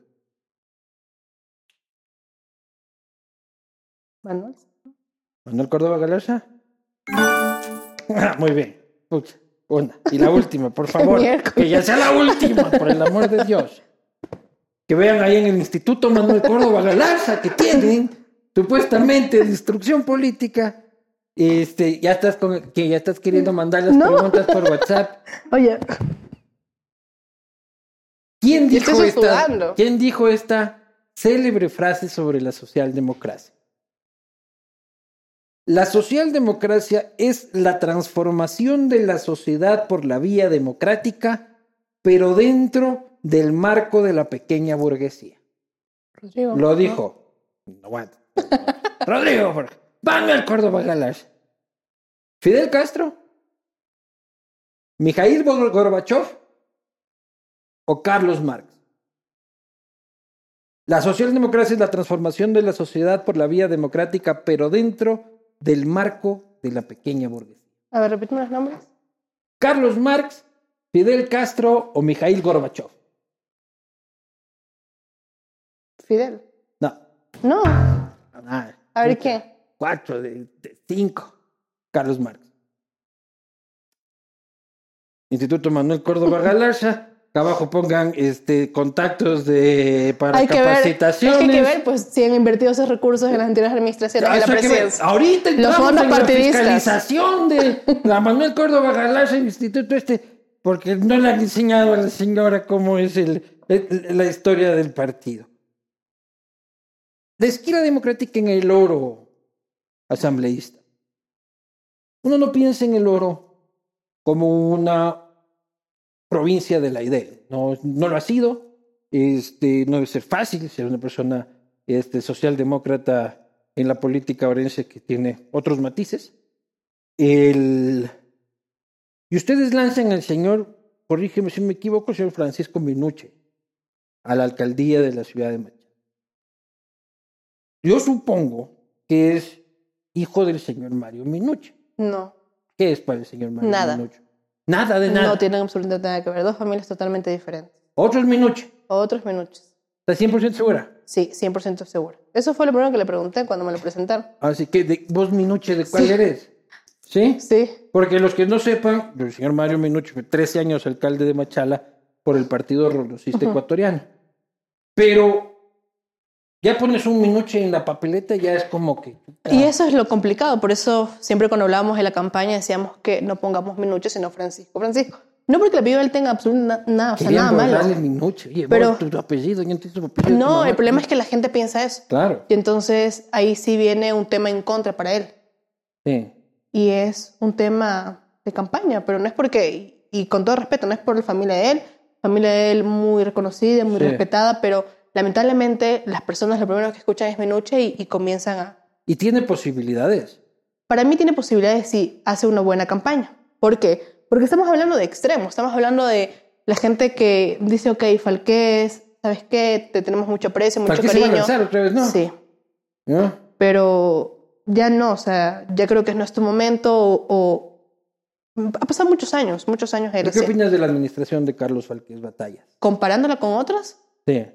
Manuel Córdoba Galarza. Muy bien. Pucha, una. Y la última, por favor. Que ya sea la última, por el amor de Dios. Que vean ahí en el Instituto Manuel Córdoba Galarza que tienen supuestamente de instrucción política. Ya estás queriendo mandar las preguntas por WhatsApp. Oye. ¿Quién dijo esta célebre frase sobre la socialdemocracia? La socialdemocracia es la transformación de la sociedad por la vía democrática, pero dentro del marco de la pequeña burguesía. Rodrigo. Lo dijo. No aguanta. Rodrigo, Manuel Córdoba Galarza. Fidel Castro. Mikhail Gorbachev o Carlos Marx. La socialdemocracia es la transformación de la sociedad por la vía democrática, pero dentro del marco de la pequeña burguesía. A ver, repíteme los nombres. Carlos Marx, Fidel Castro o Mikhail Gorbachev. Fidel. No. A ver, ¿quién? 4 de 5. Carlos Marx. Instituto Manuel Córdoba Galarza. Acá abajo pongan contactos para capacitaciones. Hay que ver, pues, si han invertido esos recursos en las anteriores administraciones de la presidencia. Ahorita los fondos en partidistas. La fiscalización de la Manuel Córdoba Galarza, el instituto porque no le han enseñado a la señora cómo es la historia del partido. La esquina democrática en el Oro, asambleísta. Uno no piensa en el Oro como una provincia de la IDEL. No lo ha sido. No debe ser fácil ser una persona socialdemócrata en la política orense que tiene otros matices. Y ustedes lanzan al señor, corrígeme si me equivoco, señor Francisco Minuche, a la alcaldía de la ciudad de Machala. Yo supongo que es hijo del señor Mario Minuche. No. ¿Qué es para el señor Mario Nada. Minuche? Nada de nada. No tienen absolutamente nada que ver. Dos familias totalmente diferentes. ¿Otros Minuche? Otros Minuches. ¿Estás 100% segura? Sí, 100% segura. Eso fue lo primero que le pregunté cuando me lo presentaron. Así que, ¿vos Minuche de cuál eres? ¿Sí? Sí. Porque los que no sepan, el señor Mario Minuche fue 13 años alcalde de Machala por el Partido Rolocista Ecuatoriano. Pero ya pones un Minuche en la papeleta, ya es como que... Y eso es lo complicado. Por eso siempre cuando hablábamos de la campaña decíamos que no pongamos Minuche, sino Francisco. Francisco. No porque el apellido de él tenga absolutamente nada malo. Minuche. Oye, pero tu apellido, yo entiendo tu apellido. No, el problema es que la gente piensa eso. Claro. Y entonces ahí sí viene un tema en contra para él. Sí. Y es un tema de campaña, pero no es porque, y con todo respeto, no es por la familia de él muy reconocida, muy respetada, pero lamentablemente las personas lo primero que escuchan es Minuche y comienzan a... ¿Y tiene posibilidades? Para mí tiene posibilidades si hace una buena campaña. ¿Por qué? Porque estamos hablando de extremos, estamos hablando de la gente que dice, ok, Falqués, ¿sabes qué? Te tenemos mucho aprecio, mucho Falqués cariño. Se va a lanzar otra vez, ¿no? Sí. ¿No? Pero ya no, o sea, ya creo que es nuestro momento o ha pasado muchos años él. ¿Qué opinas de la administración de Carlos Falqués Batallas? Comparándola con otras, Sí.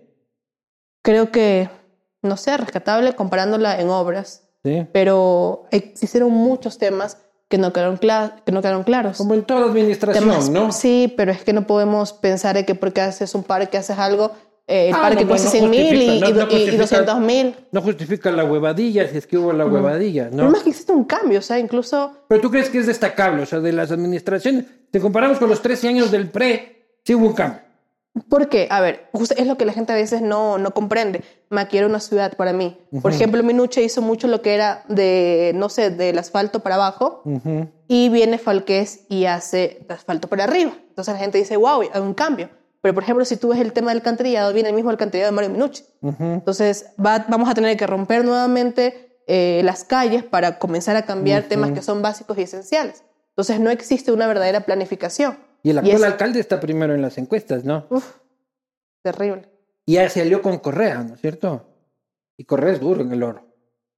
creo que, no sé, rescatable comparándola en obras. Sí. Pero existieron muchos temas que no quedaron claros. Como en toda administración, temas, ¿no? Sí, pero es que no podemos pensar de que porque haces un parque, haces algo, el parque cuesta 100,000 y 200,000. No justifica la huevadilla, si es que hubo la huevadilla, ¿no? Pero más que existe un cambio, o sea, incluso... Pero tú crees que es destacable, o sea, de las administraciones, te comparamos con los 13 años del PRE, sí hubo un cambio. ¿Por qué? A ver, justo es lo que la gente a veces no comprende. Maquia era una ciudad para mí. Por ejemplo, Minuche hizo mucho lo que era de, no sé, del asfalto para abajo, y viene Falqués y hace el asfalto para arriba. Entonces la gente dice, wow, hay un cambio. Pero, por ejemplo, si tú ves el tema del alcantarillado, viene el mismo alcantarillado de Mario Minuche. Entonces vamos a tener que romper nuevamente las calles para comenzar a cambiar temas que son básicos y esenciales. Entonces no existe una verdadera planificación. Y el actual alcalde está primero en las encuestas, ¿no? Uf, terrible. Y ya se alió con Correa, ¿no es cierto? Y Correa es duro en el Oro.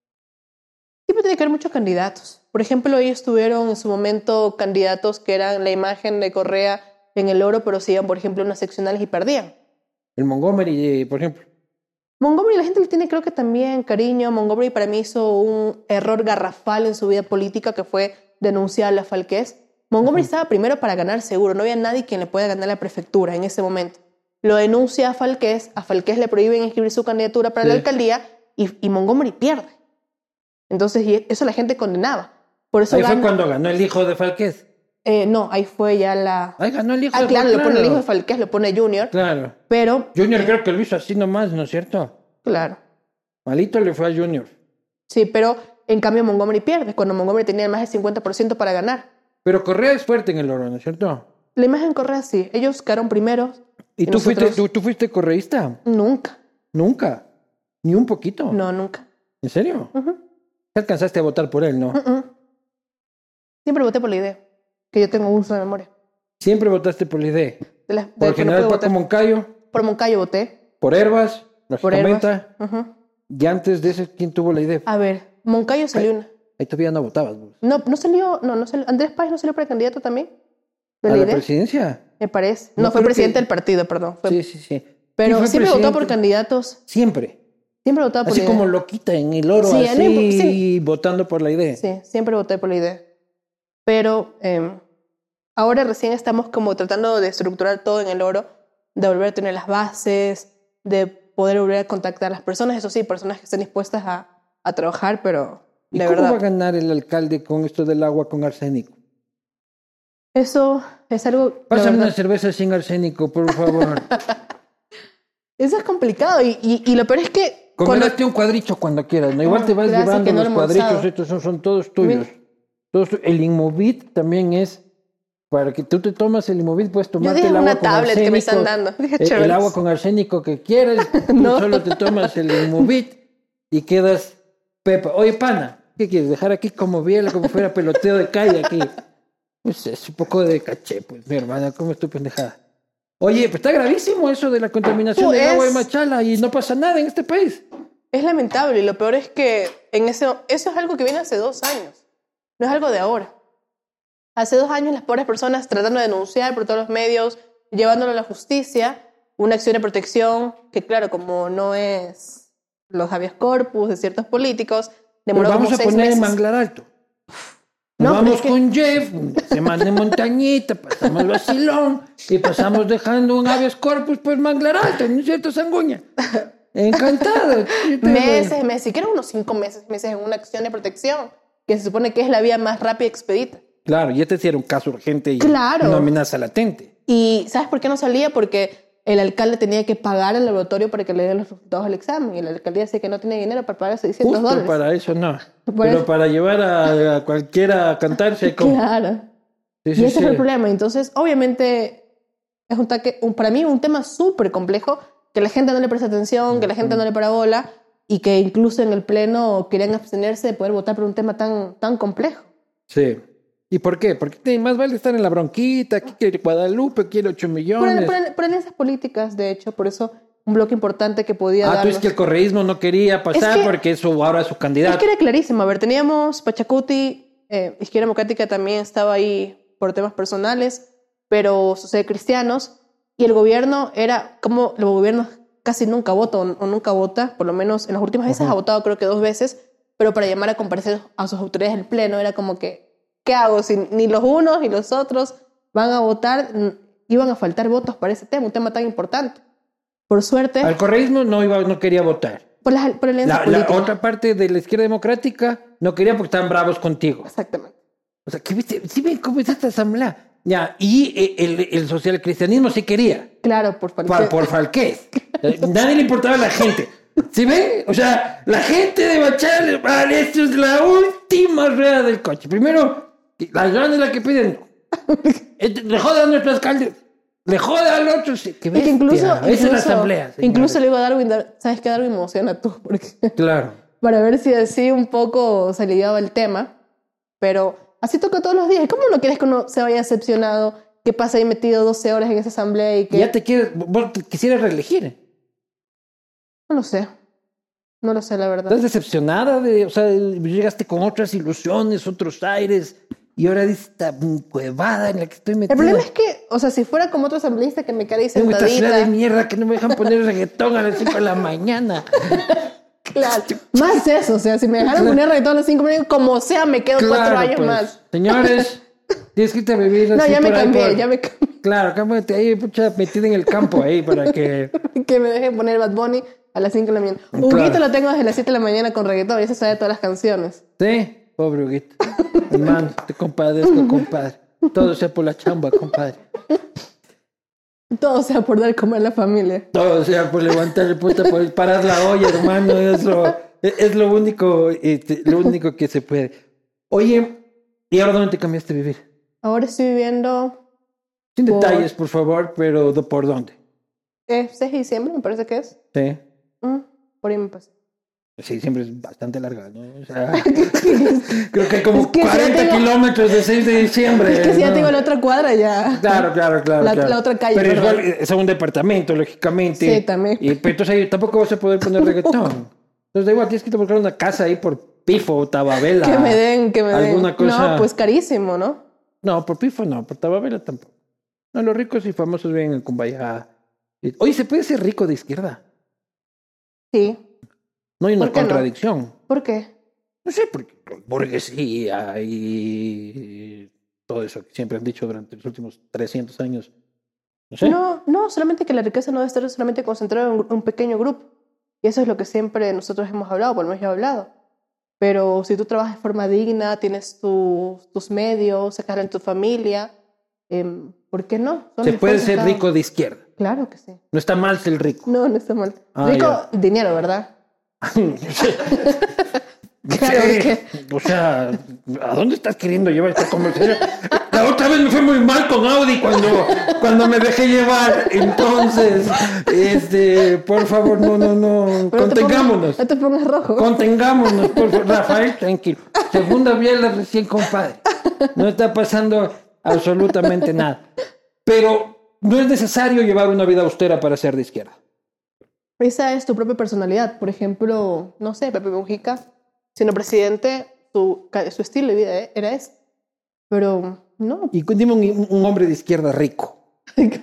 Siempre tiene que haber muchos candidatos. Por ejemplo, ellos tuvieron en su momento candidatos que eran la imagen de Correa en el Oro, pero se iban, por ejemplo, a unas seccionales y perdían. El Montgomery, por ejemplo. Montgomery, la gente le tiene creo que también cariño. Montgomery para mí hizo un error garrafal en su vida política que fue denunciar a Falqués. Montgomery estaba primero para ganar seguro. No había nadie quien le pueda ganar la prefectura en ese momento. Lo denuncia a Falqués le prohíben inscribir su candidatura para la alcaldía y Montgomery pierde. Entonces, y eso la gente condenaba. Por eso ahí fue cuando ganó el hijo de Falqués. No, ahí fue ya la... Ahí ganó el hijo de Falqués. Falqués. Lo pone el hijo de Falqués, lo pone Junior. Claro. Pero... Junior creo que lo hizo así nomás, ¿no es cierto? Claro. Malito le fue a Junior. Sí, pero en cambio Montgomery pierde, cuando Montgomery tenía más del 50% para ganar. Pero Correa es fuerte en el Oro, ¿no es cierto? La imagen Correa sí. Ellos quedaron primeros. ¿Y tú, tú fuiste correísta? Nunca. ¿Nunca? ¿Ni un poquito? No, nunca. ¿En serio? ¿Te alcanzaste a votar por él, no? Siempre voté por la idea, que yo tengo uso de memoria. ¿Siempre votaste por la idea? ¿Por el general Paco Moncayo? Por Moncayo voté. ¿Por Herbas? Lógicamente. ¿Y antes de ese quién tuvo la idea? A ver, Moncayo salió una. Ahí todavía no votabas vos. No salió. Andrés Páez no salió precandidato también. ¿A la presidencia? Me parece. No, fue presidente del partido, perdón. Sí. Pero siempre votó por candidatos. Siempre votaba por así la idea. como loquita en el Oro, sí, así votando por la idea. Sí, siempre voté por la idea. Pero ahora recién estamos como tratando de estructurar todo en el Oro, de volver a tener las bases, de poder volver a contactar a las personas. Eso sí, personas que estén dispuestas a trabajar, pero ¿Y de cómo verdad. va a ganar el alcalde con esto del agua con arsénico? Eso es algo... Pásame una cerveza sin arsénico, por favor. Eso es complicado y lo peor es que... Comérate un cuadrito cuando quieras, ¿no? Igual te vas llevando los cuadritos, estos son todos tuyos. El Inmovit también es para que tú te tomas el Inmovit, puedes tomarte el agua con arsénico. Yo dije una tablet que me están dando. El agua con arsénico que quieras, no. Tú solo te tomas el Inmovit y quedas pepa. Oye, pana, ¿qué quieres? ¿Dejar aquí como biela, como fuera peloteo de calle aquí? Pues es un poco de caché, pues, mi hermana, ¿cómo es tu pendejada? Oye, pues está gravísimo eso de la contaminación del agua de Machala y no pasa nada en este país. Es lamentable y lo peor es que eso es algo que viene hace 2 años. No es algo de ahora. Hace 2 años las pobres personas tratando de denunciar por todos los medios, llevándolo a la justicia, una acción de protección que, claro, como no es los habeas corpus de ciertos políticos, demoró como 6 meses. Vamos a poner en Manglar Alto. Nos vamos con Jeff, una semana de montañita, pasamos vacilón y pasamos dejando un habeas corpus por Manglar Alto, ¿no es cierto, Sanguña? Encantado. Meses, siquiera unos 5 meses en una acción de protección, que se supone que es la vía más rápida y expedita. Claro, y este sí era un caso urgente y una amenaza latente. ¿Y sabes por qué no salía? Porque el alcalde tenía que pagar al laboratorio para que le den los resultados del examen. Y la alcaldía decía que no tenía dinero para pagar $600. Justo para eso no. Pero para llevar a cualquiera a cantarse. Claro. Sí, y ese fue el problema. Entonces, obviamente, es para mí un tema súper complejo, que la gente no le presta atención, que la gente no le para bola, y que incluso en el pleno querían abstenerse de poder votar por un tema tan complejo. Sí. ¿Y por qué? Porque más vale estar en la bronquita, aquí quiere Guadalupe, quiere 8 millones. Por esas políticas, de hecho, por eso un bloque importante que podía darnos. Tú es que el correísmo no quería pasar porque eso ahora es su candidato. Es que era clarísimo. A ver, teníamos Pachacuti, Izquierda Democrática también estaba ahí por temas personales, pero cristianos, y el gobierno era como los gobiernos casi nunca vota o nunca vota, por lo menos en las últimas veces ha votado creo que 2 veces, pero para llamar a comparecer a sus autoridades del pleno era como que, ¿qué hago? Si ni los unos ni los otros van a votar, iban a faltar votos para ese tema, un tema tan importante. Por suerte... Al correísmo no quería votar. Por la otra parte de la Izquierda Democrática no quería porque estaban bravos contigo. Exactamente. O sea, ¿qué viste? ¿Sí ven cómo es esta asamblea? Ya, y el socialcristianismo sí quería. Claro, por Falqués. Por Falqués. Nadie le importaba a la gente. ¿Sí ven? O sea, la gente de Machala, vale, esto es la última rueda del coche. Primero, la gran es la que piden. Le jodan a nuestro alcalde. Le jodan al otro. Qué bestia. Incluso esa es la asamblea. Señores. Incluso le digo a Darwin, ¿sabes qué? Darwin emociona tú. Porque claro. Para ver si así un poco se lidiaba el tema. Pero así toca todos los días. ¿Cómo no quieres que uno se vaya decepcionado, que pase ahí metido 12 horas en esa asamblea y que... Ya vos te quisieras reelegir. No lo sé. No lo sé, la verdad. ¿Estás decepcionada? O sea, llegaste con otras ilusiones, otros aires, y ahora dices esta cuevada en la que estoy metida. El problema es que, o sea, si fuera como otro asambleísta que me quedara ahí sentadita... Tengo esta ciudad de mierda que no me dejan poner reggaetón a las 5 de la mañana. Claro, más eso, o sea, si me dejaran poner reggaetón a las 5 de la mañana, como sea, me quedo 4 años pues, más. Señores, tienes que irte a vivir así. No, ya me cambié. Claro, cámbiate ahí, pucha, metida en el campo ahí para que... que me dejen poner Bad Bunny a las 5 de la mañana. Claro. Huguito lo tengo desde las 7 de la mañana con reggaetón, ya se sabe todas las canciones. Sí, pobre Huguito. Hermano, te compadezco, compadre. Todo sea por la chamba, compadre. Todo sea por dar comer a la familia. Todo sea por levantar el puta, por parar la olla, hermano. Es lo único que se puede. Oye, ¿y ahora dónde te cambiaste a vivir? Ahora estoy viviendo... Sin detalles, por favor, pero ¿por dónde? 6 de diciembre, me parece que es. Sí. Por ahí me pasé. Sí, siempre es bastante larga, ¿no? O sea, creo que hay como 40 kilómetros de 6 de diciembre. Es que si ya tengo la otra cuadra ya. Claro. La otra calle. Pero igual es un departamento, lógicamente. Sí, también. Pero entonces ahí tampoco vas a poder poner reggaetón. Entonces da igual, tienes que buscar una casa ahí por Pifo o Tababela. Que me den. Alguna cosa. No, pues carísimo, ¿no? No, por Pifo no, por Tababela tampoco. No, los ricos y famosos viven en Cumbayá. Oye, ¿se puede ser rico de izquierda? Sí. No hay una contradicción. No? ¿Por qué? No sé, porque burguesía y todo eso que siempre han dicho durante los últimos 300 años. No sé. No, solamente que la riqueza no debe estar solamente concentrada en un pequeño grupo. Y eso es lo que siempre nosotros hemos hablado, por lo menos yo he hablado. Pero si tú trabajas de forma digna, tienes tus medios, sacas en tu familia, ¿por qué no? Se puede ser rico de izquierda. Claro que sí. No está mal ser rico. No está mal. Rico, dinero, ¿verdad? O sea, ¿a dónde estás queriendo llevar esta conversación? La otra vez me fue muy mal con Audi cuando me dejé llevar. Entonces, por favor, no. Pero Contengámonos. No te pongas rojo. Contengámonos, por favor. Rafael, tranquilo. Segunda biela recién, compadre. No está pasando absolutamente nada. Pero no es necesario llevar una vida austera para ser de izquierda. Esa es tu propia personalidad. Por ejemplo, no sé, Pepe Mujica, siendo presidente, su estilo de vida era ese. Pero no. Y dime un hombre de izquierda rico.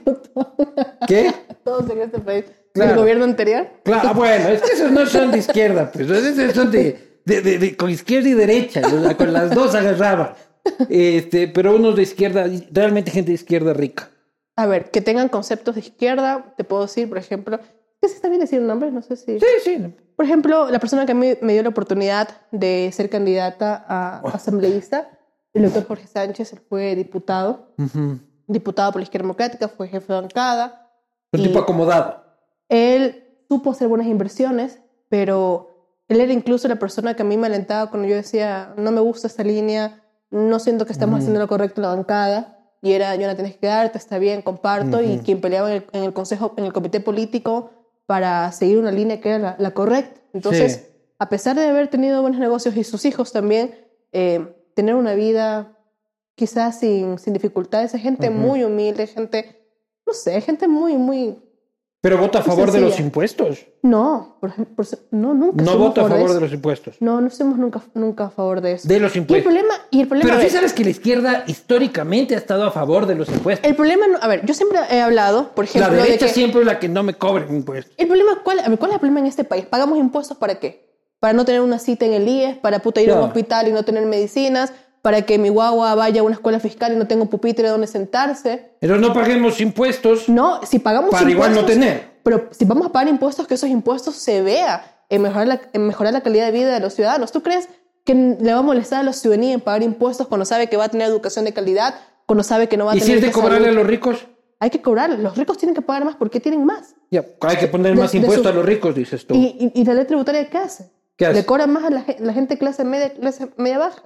¿Qué? Todos en este país. Claro. ¿El gobierno anterior? Claro, bueno, es que esos no son de izquierda, pues. Esos son con izquierda y derecha. O sea, con las dos agarraba. Pero unos de izquierda, realmente gente de izquierda rica. A ver, que tengan conceptos de izquierda, te puedo decir, por ejemplo, ¿qué se está bien decir nombres? No sé si... Sí. Por ejemplo, la persona que a mí me dio la oportunidad de ser candidata a asambleísta, el doctor Jorge Sánchez, él fue diputado, diputado por la Izquierda Democrática, fue jefe de bancada. Un tipo acomodado. Él supo hacer buenas inversiones, pero él era incluso la persona que a mí me alentaba cuando yo decía, no me gusta esta línea, no siento que estamos haciendo lo correcto en la bancada. Y era, yo no tienes que quedarte, está bien, comparto. Y quien peleaba en el consejo, en el comité político para seguir una línea que era la correcta. Entonces, a pesar de haber tenido buenos negocios y sus hijos también, tener una vida quizás sin dificultades, es gente muy humilde, gente, no sé, gente muy... ¿Pero vota a favor de los impuestos? No, no, nunca. No vota a favor de los impuestos. No estuvimos nunca a favor de eso. De los impuestos. Y el problema Pero sí sabes que la izquierda históricamente ha estado a favor de los impuestos. El problema, a ver, yo siempre he hablado, por ejemplo... La derecha siempre es la que no me cobra impuestos. El problema, ¿cuál es el problema en este país? ¿Pagamos impuestos para qué? Para no tener una cita en el IES, para ir a un hospital y no tener medicinas, para que mi guagua vaya a una escuela fiscal y no tenga un pupitre donde sentarse. Pero no paguemos impuestos. No, si pagamos para impuestos... igual no tener. Pero si vamos a pagar impuestos, que esos impuestos se vea en mejorar la calidad de vida de los ciudadanos. ¿Tú crees que le va a molestar a la ciudadanía en pagar impuestos cuando sabe que va a tener educación de calidad, cuando sabe que no va a tener... ¿Y si es de cobrarle a los ricos? Hay que cobrar. Los ricos tienen que pagar más porque tienen más. Ya, hay que poner más impuestos a los ricos, dices tú. ¿Y la ley tributaria qué hace? ¿Qué hace? Le cobran más a la gente clase media baja.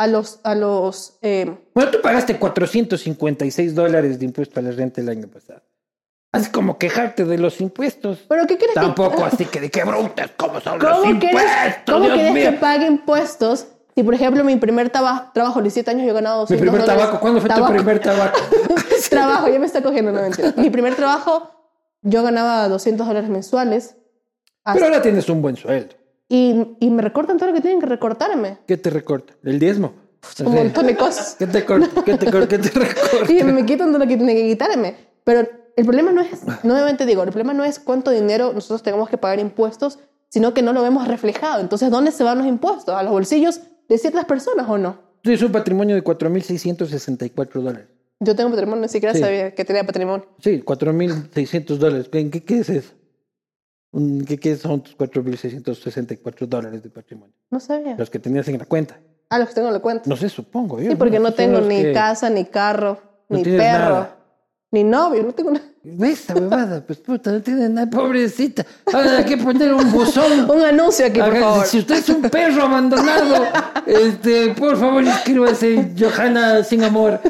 Bueno, tú pagaste $456 de impuesto a la renta el año pasado. Así como quejarte de los impuestos. ¿Pero qué quieres? Tampoco así que de qué brutas, ¿cómo son los impuestos? ¿Cómo Dios quieres mío? que pague impuestos? Si, por ejemplo, mi primer trabajo, a los 7 años, yo he ganado $200. Mi primer tabaco, ¿cuándo fue tu primer tabaco? Trabajo, ya me está cogiendo, no mentira. Mi primer trabajo, yo ganaba $200 mensuales. Pero ahora tienes un buen sueldo. Y me recortan todo lo que tienen que recortarme. ¿Qué te recorta? ¿El diezmo? Un montón de cosas. ¿Qué te recorta? Y me quitan todo lo que tienen que quitarme. Pero el problema no es, nuevamente digo, el problema no es cuánto dinero nosotros tenemos que pagar impuestos, sino que no lo vemos reflejado. Entonces, ¿dónde se van los impuestos? ¿A los bolsillos de ciertas personas o no? Tienes un patrimonio de $4,664. Yo tengo patrimonio, ni siquiera sabía que tenía patrimonio. Sí, $4,600. ¿Qué es eso? ¿Qué son tus $4,664 de patrimonio? No sabía. Los que tenías en la cuenta. Los que tengo en la cuenta. No sé, supongo yo. Sí, porque no tengo ni casa, ni carro, ni perro, nada. ni novio, no tengo nada. Esa huevada, pues puta, no tiene nada, pobrecita. Ahora hay que poner un buzón. Un anuncio aquí, por favor. Si usted es un perro abandonado, por favor inscríbase Johanna sin amor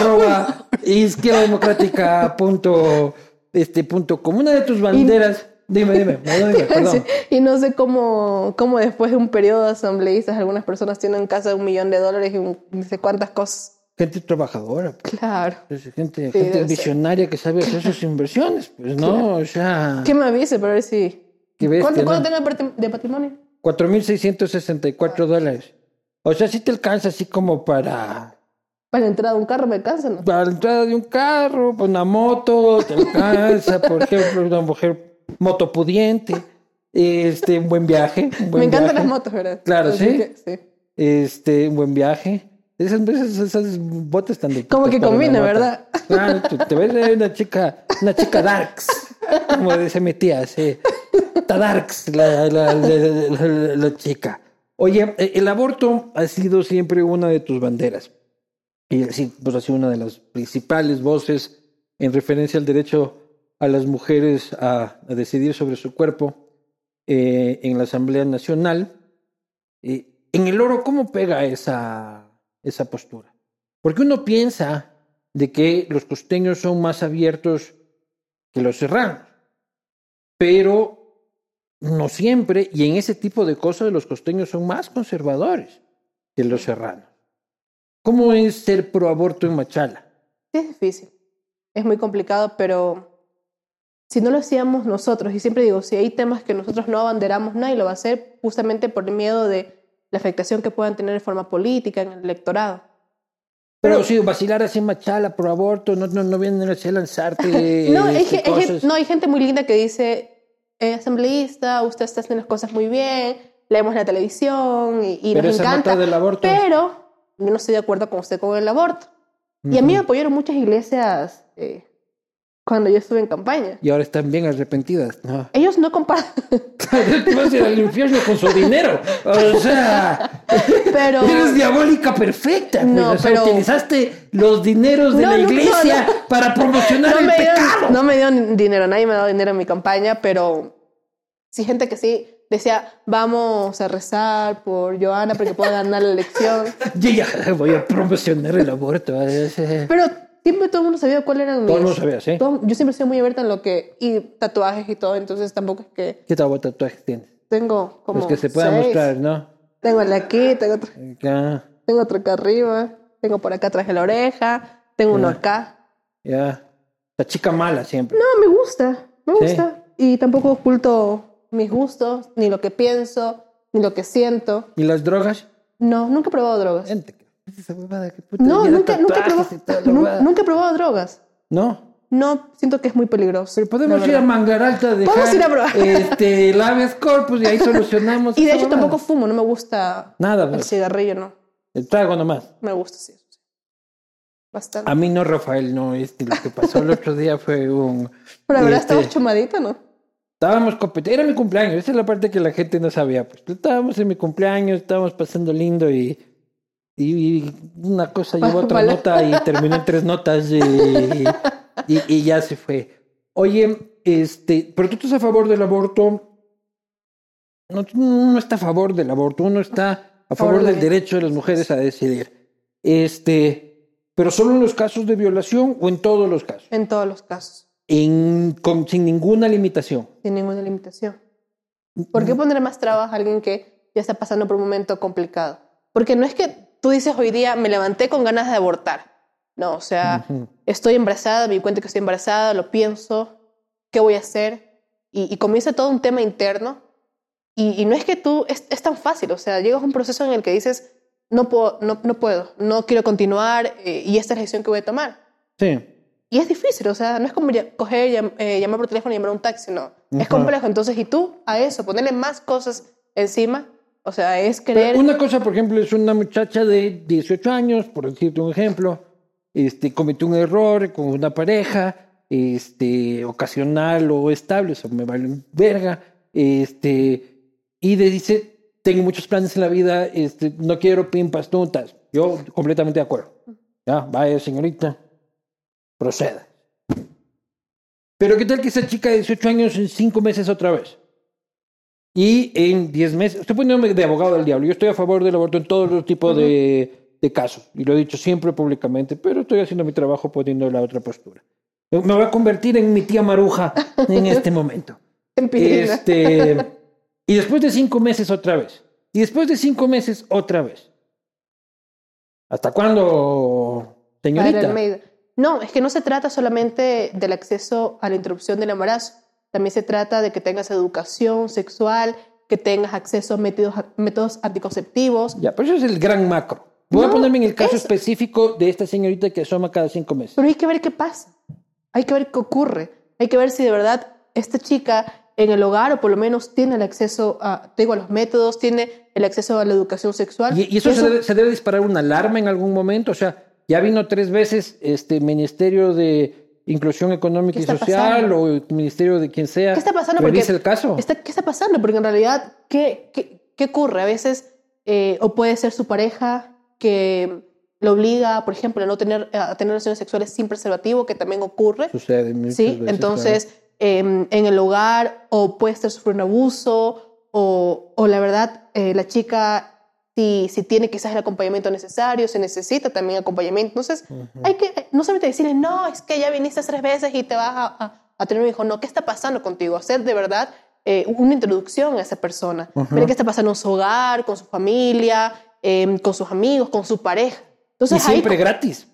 @izquierdademocrática.com. Una de tus banderas. Dime, perdón. Y no sé cómo después de un periodo de asambleístas algunas personas tienen casa de $1 millón y no sé cuántas cosas. Gente trabajadora. Claro. Gente visionaria que sabe hacer sus inversiones, pues, ¿no? Claro. O sea... ¿Qué me avise para ver si... ¿Cuánto tengo de patrimonio? $4,664. O sea, sí te alcanza así como para... Para la entrada de un carro me alcanza, ¿no? Para la entrada de un carro, para una moto, te alcanza, por ejemplo, una mujer motopudiente, un buen viaje. Me encantan las motos, ¿verdad? Claro, así sí. Un buen viaje. Esas botas están de... Como que combina, ¿verdad? Claro, te ves una chica darks, como dice mi tía, sí. Está darks la chica. Oye, el aborto ha sido siempre una de tus banderas. Y sí, pues ha sido una de las principales voces en referencia al derecho a las mujeres a decidir sobre su cuerpo. en la Asamblea Nacional. En el oro, ¿cómo pega esa postura? Porque uno piensa de que los costeños son más abiertos que los serranos, pero no siempre, y en ese tipo de cosas los costeños son más conservadores que los serranos. ¿Cómo es ser pro aborto en Machala? Sí, es difícil, es muy complicado, pero si no lo hacíamos nosotros, y siempre digo, si hay temas que nosotros no abanderamos, nadie lo va a hacer justamente por el miedo de la afectación que puedan tener de forma política en el electorado. Pero si vacilar así en Machala pro aborto, no vienen a lanzarte no, cosas. No, hay gente muy linda que dice, asambleísta, usted está haciendo las cosas muy bien, leemos la televisión y pero nos encanta, del aborto. Pero yo no estoy de acuerdo con usted con el aborto. Y a mí me apoyaron muchas iglesias cuando yo estuve en campaña. Y ahora están bien arrepentidas, ¿no? Ellos no comparten. Tú vas a ir al infierno con su dinero. O sea, pero eres diabólica perfecta. No, pues. O sea, pero utilizaste los dineros de la iglesia para promocionar el pecado. No me dio dinero, nadie me ha dado dinero en mi campaña, pero sí gente que sí decía, vamos a rezar por Johanna para que pueda ganar la elección. Yo ya voy a promocionar el aborto. Pero siempre todo el mundo sabía cuál eran mis... Todo el mundo sabía, ¿sí? Yo siempre he sido muy abierta en lo que... Y tatuajes y todo, entonces tampoco es que... ¿Qué tatuajes tienes? Tengo como los que se puedan 6. mostrar, ¿no? Tengo el de aquí, tengo otro... Acá. Tengo otro acá arriba, tengo por acá atrás de la oreja, tengo uno acá. Ya. La chica mala siempre. No, me gusta. Y tampoco oculto mis gustos, ni lo que pienso, ni lo que siento. ¿Y las drogas? No, nunca he probado drogas. Esa huevada, qué puta. No, nunca he probado drogas. ¿No? No, siento que es muy peligroso. Pero podemos ir a Mangaralta, dejar podemos ir a probar. el habeas corpus y ahí solucionamos. Y de hecho tampoco fumo, no me gusta nada, el cigarrillo, no. El trago nomás. Me gusta, sí. Bastante. A mí no, Rafael, no. Lo que pasó el otro día fue un... Pero la verdad estabas chumadita, ¿no? Estábamos competiendo, era mi cumpleaños, esa es la parte que la gente no sabía. Pues estábamos en mi cumpleaños, estábamos pasando lindo y una cosa llevó a otra nota y terminó en 3 notas y ya se fue. Oye, pero tú estás a favor del aborto. No, uno no está a favor del aborto, uno está a favor del derecho de las mujeres a decidir. Pero solo en los casos de violación o en todos los casos. En todos los casos. Sin ninguna limitación. Sin ninguna limitación. ¿Por qué poner más trabas a alguien que ya está pasando por un momento complicado? Porque no es que tú dices hoy día, me levanté con ganas de abortar. No, o sea, estoy embarazada, me di cuenta que estoy embarazada, lo pienso, ¿qué voy a hacer? Y comienza todo un tema interno. Y no es que tú, es tan fácil, o sea, llegas a un proceso en el que dices, no puedo, no quiero continuar y esta es la decisión que voy a tomar. Sí. Y es difícil, o sea, no es como coger, llamar por teléfono y llamar a un taxi, no. Es complejo. Entonces, y tú a eso, ponerle más cosas encima, o sea, es querer... Pero una cosa, por ejemplo, es una muchacha de 18 años, por decirte un ejemplo, cometió un error con una pareja, ocasional o estable, eso me vale verga, y dice, tengo muchos planes en la vida, no quiero pimpas tontas. Yo completamente de acuerdo. Ya, vaya señorita, proceda. Pero ¿qué tal que esa chica de 18 años en 5 meses otra vez? Y en 10 meses, estoy poniéndome de abogado del diablo, yo estoy a favor del aborto en todos los tipos de casos, y lo he dicho siempre públicamente, pero estoy haciendo mi trabajo poniendo la otra postura. Me voy a convertir en mi tía Maruja en este momento. Y después de 5 meses otra vez. Y después de 5 meses otra vez. ¿Hasta cuándo, señorita? No, es que no se trata solamente del acceso a la interrupción del embarazo. También se trata de que tengas educación sexual, que tengas acceso a métodos anticonceptivos. Ya, pero eso es el gran macro. Voy a ponerme en el caso específico de esta señorita que asoma cada 5 meses. Pero hay que ver qué pasa. Hay que ver qué ocurre. Hay que ver si de verdad esta chica en el hogar, o por lo menos tiene el acceso a los métodos, tiene el acceso a la educación sexual. ¿Y eso se debe disparar una alarma en algún momento? O sea, ya vino 3 veces Ministerio de Inclusión Económica y Social o el Ministerio de quien sea. ¿Qué está pasando? ¿Revisa el caso? ¿Qué está pasando? Porque en realidad, ¿qué ocurre? A veces, o puede ser su pareja que lo obliga, por ejemplo, a tener relaciones sexuales sin preservativo, que también ocurre. Sucede muchas ¿sí? veces, Entonces, claro. en el hogar, o puede estar sufriendo abuso, o la verdad, la chica, si tiene quizás el acompañamiento necesario, se necesita también acompañamiento. Entonces, hay que no solamente decirle, no, es que ya viniste 3 veces y te vas a tener un hijo. No, ¿qué está pasando contigo? Hacer de verdad una introducción a esa persona. Ver qué está pasando en su hogar, con su familia, con sus amigos, con su pareja. Entonces, y siempre gratis.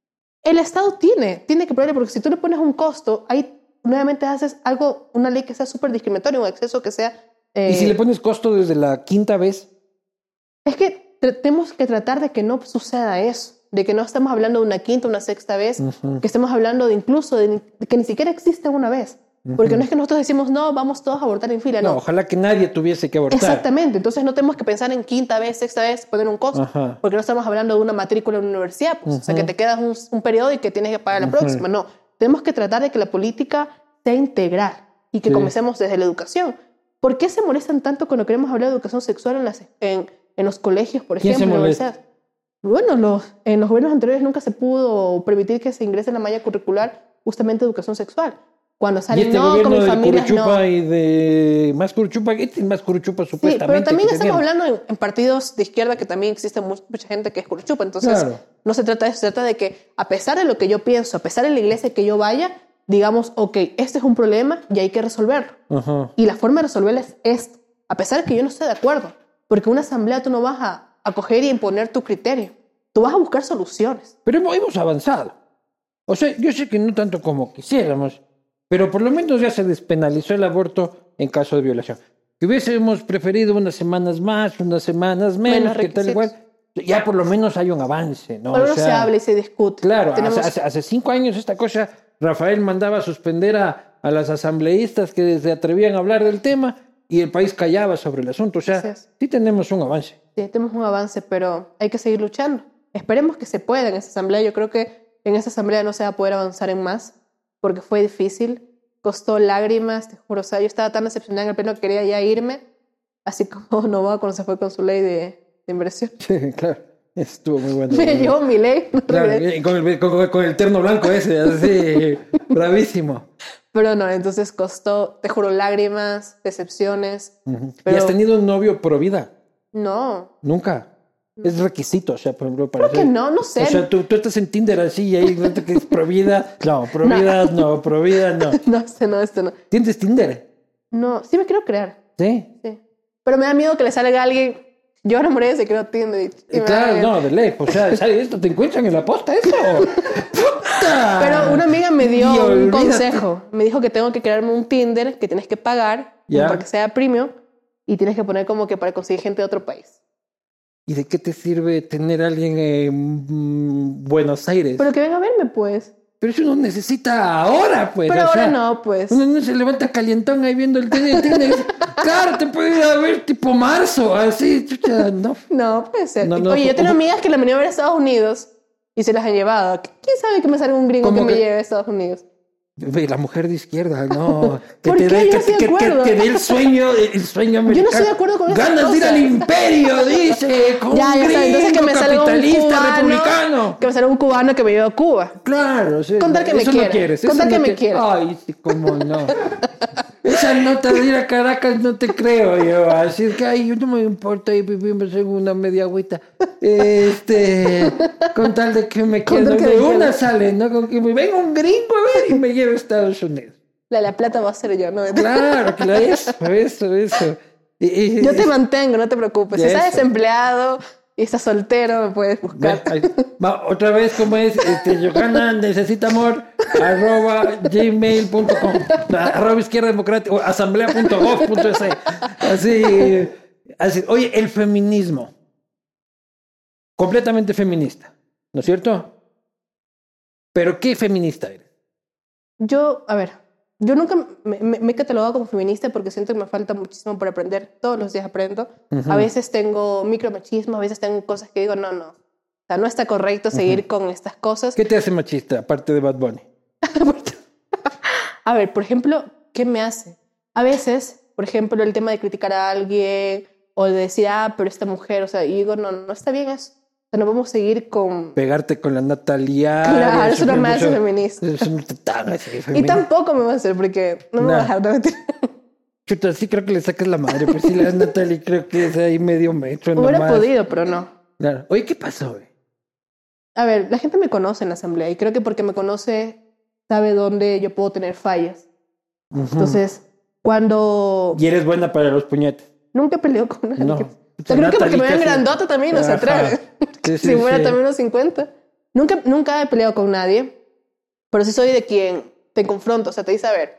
El Estado tiene que proveer, porque si tú le pones un costo, ahí nuevamente haces una ley que sea súper discriminatoria, un acceso que sea... ¿Y si le pones costo desde la 5ª vez? Es que tenemos que tratar de que no suceda eso, de que no estemos hablando de una 5ª, una 6ª vez, que estemos hablando de incluso de que ni siquiera existe una vez. Porque no es que nosotros decimos, no, vamos todos a abortar en fila, no. Ojalá que nadie tuviese que abortar. Exactamente, entonces no tenemos que pensar en 5ª vez, 6ª vez, poner un costo, porque no estamos hablando de una matrícula en una universidad, pues, o sea, que te quedas un periodo y que tienes que pagar la próxima, no. Tenemos que tratar de que la política sea integral y que comencemos desde la educación. ¿Por qué se molestan tanto cuando queremos hablar de educación sexual en los colegios, por ejemplo, en las universidades? Bueno, en los gobiernos anteriores nunca se pudo permitir que se ingrese en la malla curricular justamente educación sexual. Cuando salen, no, con mi familia, no. Y de más Curuchupa, más Curuchupa supuestamente. Sí, pero también estamos hablando en partidos de izquierda que también existe mucha gente que es Curuchupa. Entonces, no se trata de eso, se trata de que a pesar de lo que yo pienso, a pesar de la iglesia que yo vaya, digamos, ok, este es un problema y hay que resolverlo. Y la forma de resolverlo es esto, a pesar de que yo no esté de acuerdo. Porque en una asamblea tú no vas a coger y imponer tu criterio. Tú vas a buscar soluciones. Pero hemos avanzado. O sea, yo sé que no tanto como quisiéramos, pero por lo menos ya se despenalizó el aborto en caso de violación. Que hubiésemos preferido unas semanas más, unas semanas menos, que tal igual. Ya por lo menos hay un avance, ¿no? Pero no se habla y se discute. Claro, hace 5 años esta cosa, Rafael mandaba a suspender a las asambleístas que se atrevían a hablar del tema y el país callaba sobre el asunto. O sea, sí tenemos un avance. Sí, tenemos un avance, pero hay que seguir luchando. Esperemos que se pueda en esa asamblea. Yo creo que en esa asamblea no se va a poder avanzar en más, porque fue difícil, costó lágrimas, te juro. O sea, yo estaba tan decepcionada en el pleno que quería ya irme, así como Novoa cuando se fue con su ley de inversión. Sí, claro. Estuvo muy bueno. Me llevó mi ley. Claro, con el terno blanco ese, así, bravísimo. Pero no, entonces costó, te juro, lágrimas, decepciones. Pero... ¿Y has tenido un novio pro vida? No. ¿Nunca? Es requisito, o sea, por ejemplo, para creo que no sé. O sea, tú estás en Tinder así y ahí que es pro vida. No, pro vida no, pro vida no. No, este no. ¿Tienes Tinder? No, sí me quiero crear. ¿Sí? Sí. Pero me da miedo que le salga a alguien. Yo enamoré se creo Tinder. Claro, no, de ley. O sea, ¿sabes esto? ¿Te encuentran en la posta eso? ¡Puta! Pero una amiga me dio un consejo. Me dijo que tengo que crearme un Tinder que tienes que pagar para que sea premium y tienes que poner como que para conseguir gente de otro país. ¿Y de qué te sirve tener a alguien en Buenos Aires? Pero que venga a verme, pues. Pero eso uno necesita ahora, pues. Pero ahora no, pues. Uno no se levanta calientón ahí viendo el Tinder. Claro, te puede ir a ver tipo marzo, así, chucha, no. No, puede ser. Oye, yo tengo amigas que la venían a ver a Estados Unidos y se las han llevado. ¿Quién sabe que me salga un gringo que me lleve a Estados Unidos? La mujer de izquierda, no. ¿Por qué? Yo no estoy de acuerdo. Que dé el sueño americano. Yo no estoy de acuerdo con eso. Ganas de ir al imperio, dice. Ya está. Entonces que me salga un cubano. Republicano. Que me salga un cubano que me lleve a Cuba. Claro, sí. Contar que me quiere. Contar que me quiere. Ay, sí, cómo no. Esa nota de ir a Caracas no te creo yo. Así es que, ay, yo no me importa y vivimos en una media agüita. Con tal de que me quieran. De una sale, ¿no? Con que me venga un gringo a ver y me lleve a Estados Unidos. La plata va a ser yo, ¿no? Claro, eso. Yo te mantengo, no te preocupes. Si estás desempleado y estás soltero, me puedes buscar. Otra vez, ¿cómo es? Johanna necesita amor @gmail.com @izquierda democrática o asamblea.gov.es así. Oye, el feminismo completamente feminista, ¿no es cierto? Pero ¿qué feminista eres? Yo nunca me he catalogado como feminista porque siento que me falta muchísimo por aprender. Todos los días aprendo. A veces tengo micromachismo, a veces tengo cosas que digo, no. O sea, no está correcto seguir con estas cosas. ¿Qué te hace machista, aparte de Bad Bunny? A ver, por ejemplo, ¿qué me hace? A veces, por ejemplo, el tema de criticar a alguien o de decir, pero esta mujer, o sea, y digo, no está bien eso. sea, no vamos a seguir con... Pegarte con la Natalia. Claro, es una más feminista. Es un total Y tampoco me va a hacer porque no me va a dejar de meter. Chuta, sí creo que le sacas la madre, pero si la Natalia creo que es ahí medio metro. Hubiera nomás. podido, pero no. Claro. Oye, ¿qué pasó, güey? A ver, la gente me conoce en la asamblea y creo que porque me conoce sabe dónde yo puedo tener fallas. Entonces, cuando... Y eres buena para los puñetes. Nunca peleo con nadie. No. O sea, creo que porque me ven grandota también no se atreve. Sí, Si fuera también unos 50. Nunca he peleado con nadie, pero sí soy de quien te confronto. O sea, te dice, a ver,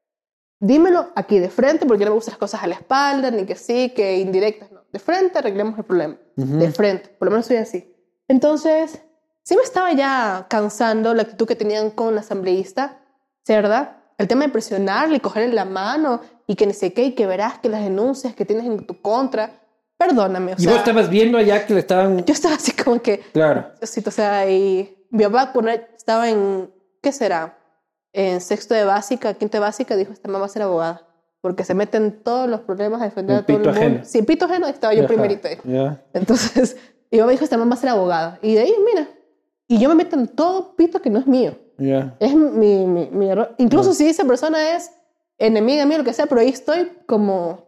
dímelo aquí de frente porque no me gustan las cosas a la espalda, ni que sí, que indirectas. No. De frente arreglemos el problema. De frente. Por lo menos soy así. Entonces, sí me estaba ya cansando la actitud que tenían con la asambleísta, ¿verdad? El tema de presionarle y cogerle la mano y que no sé qué, y que verás que las denuncias que tienes en tu contra... Perdóname, o sea... ¿Y vos estabas viendo allá que le estaban...? Yo estaba así como que... Claro. O sea, y mi papá cuando estaba en... ¿Qué será? En sexto de básica, quinto de básica, dijo, esta mamá va a ser abogada. Porque se meten en todos los problemas a defender a todo el mundo. Ajeno. Sí, pito ajeno, estaba yo primerito. Entonces, mi papá dijo, esta mamá va a ser abogada. Y de ahí, mira. Y yo me meto en todo pito que no es mío. Es mi error. Incluso si esa persona es enemiga mía, lo que sea, pero ahí estoy como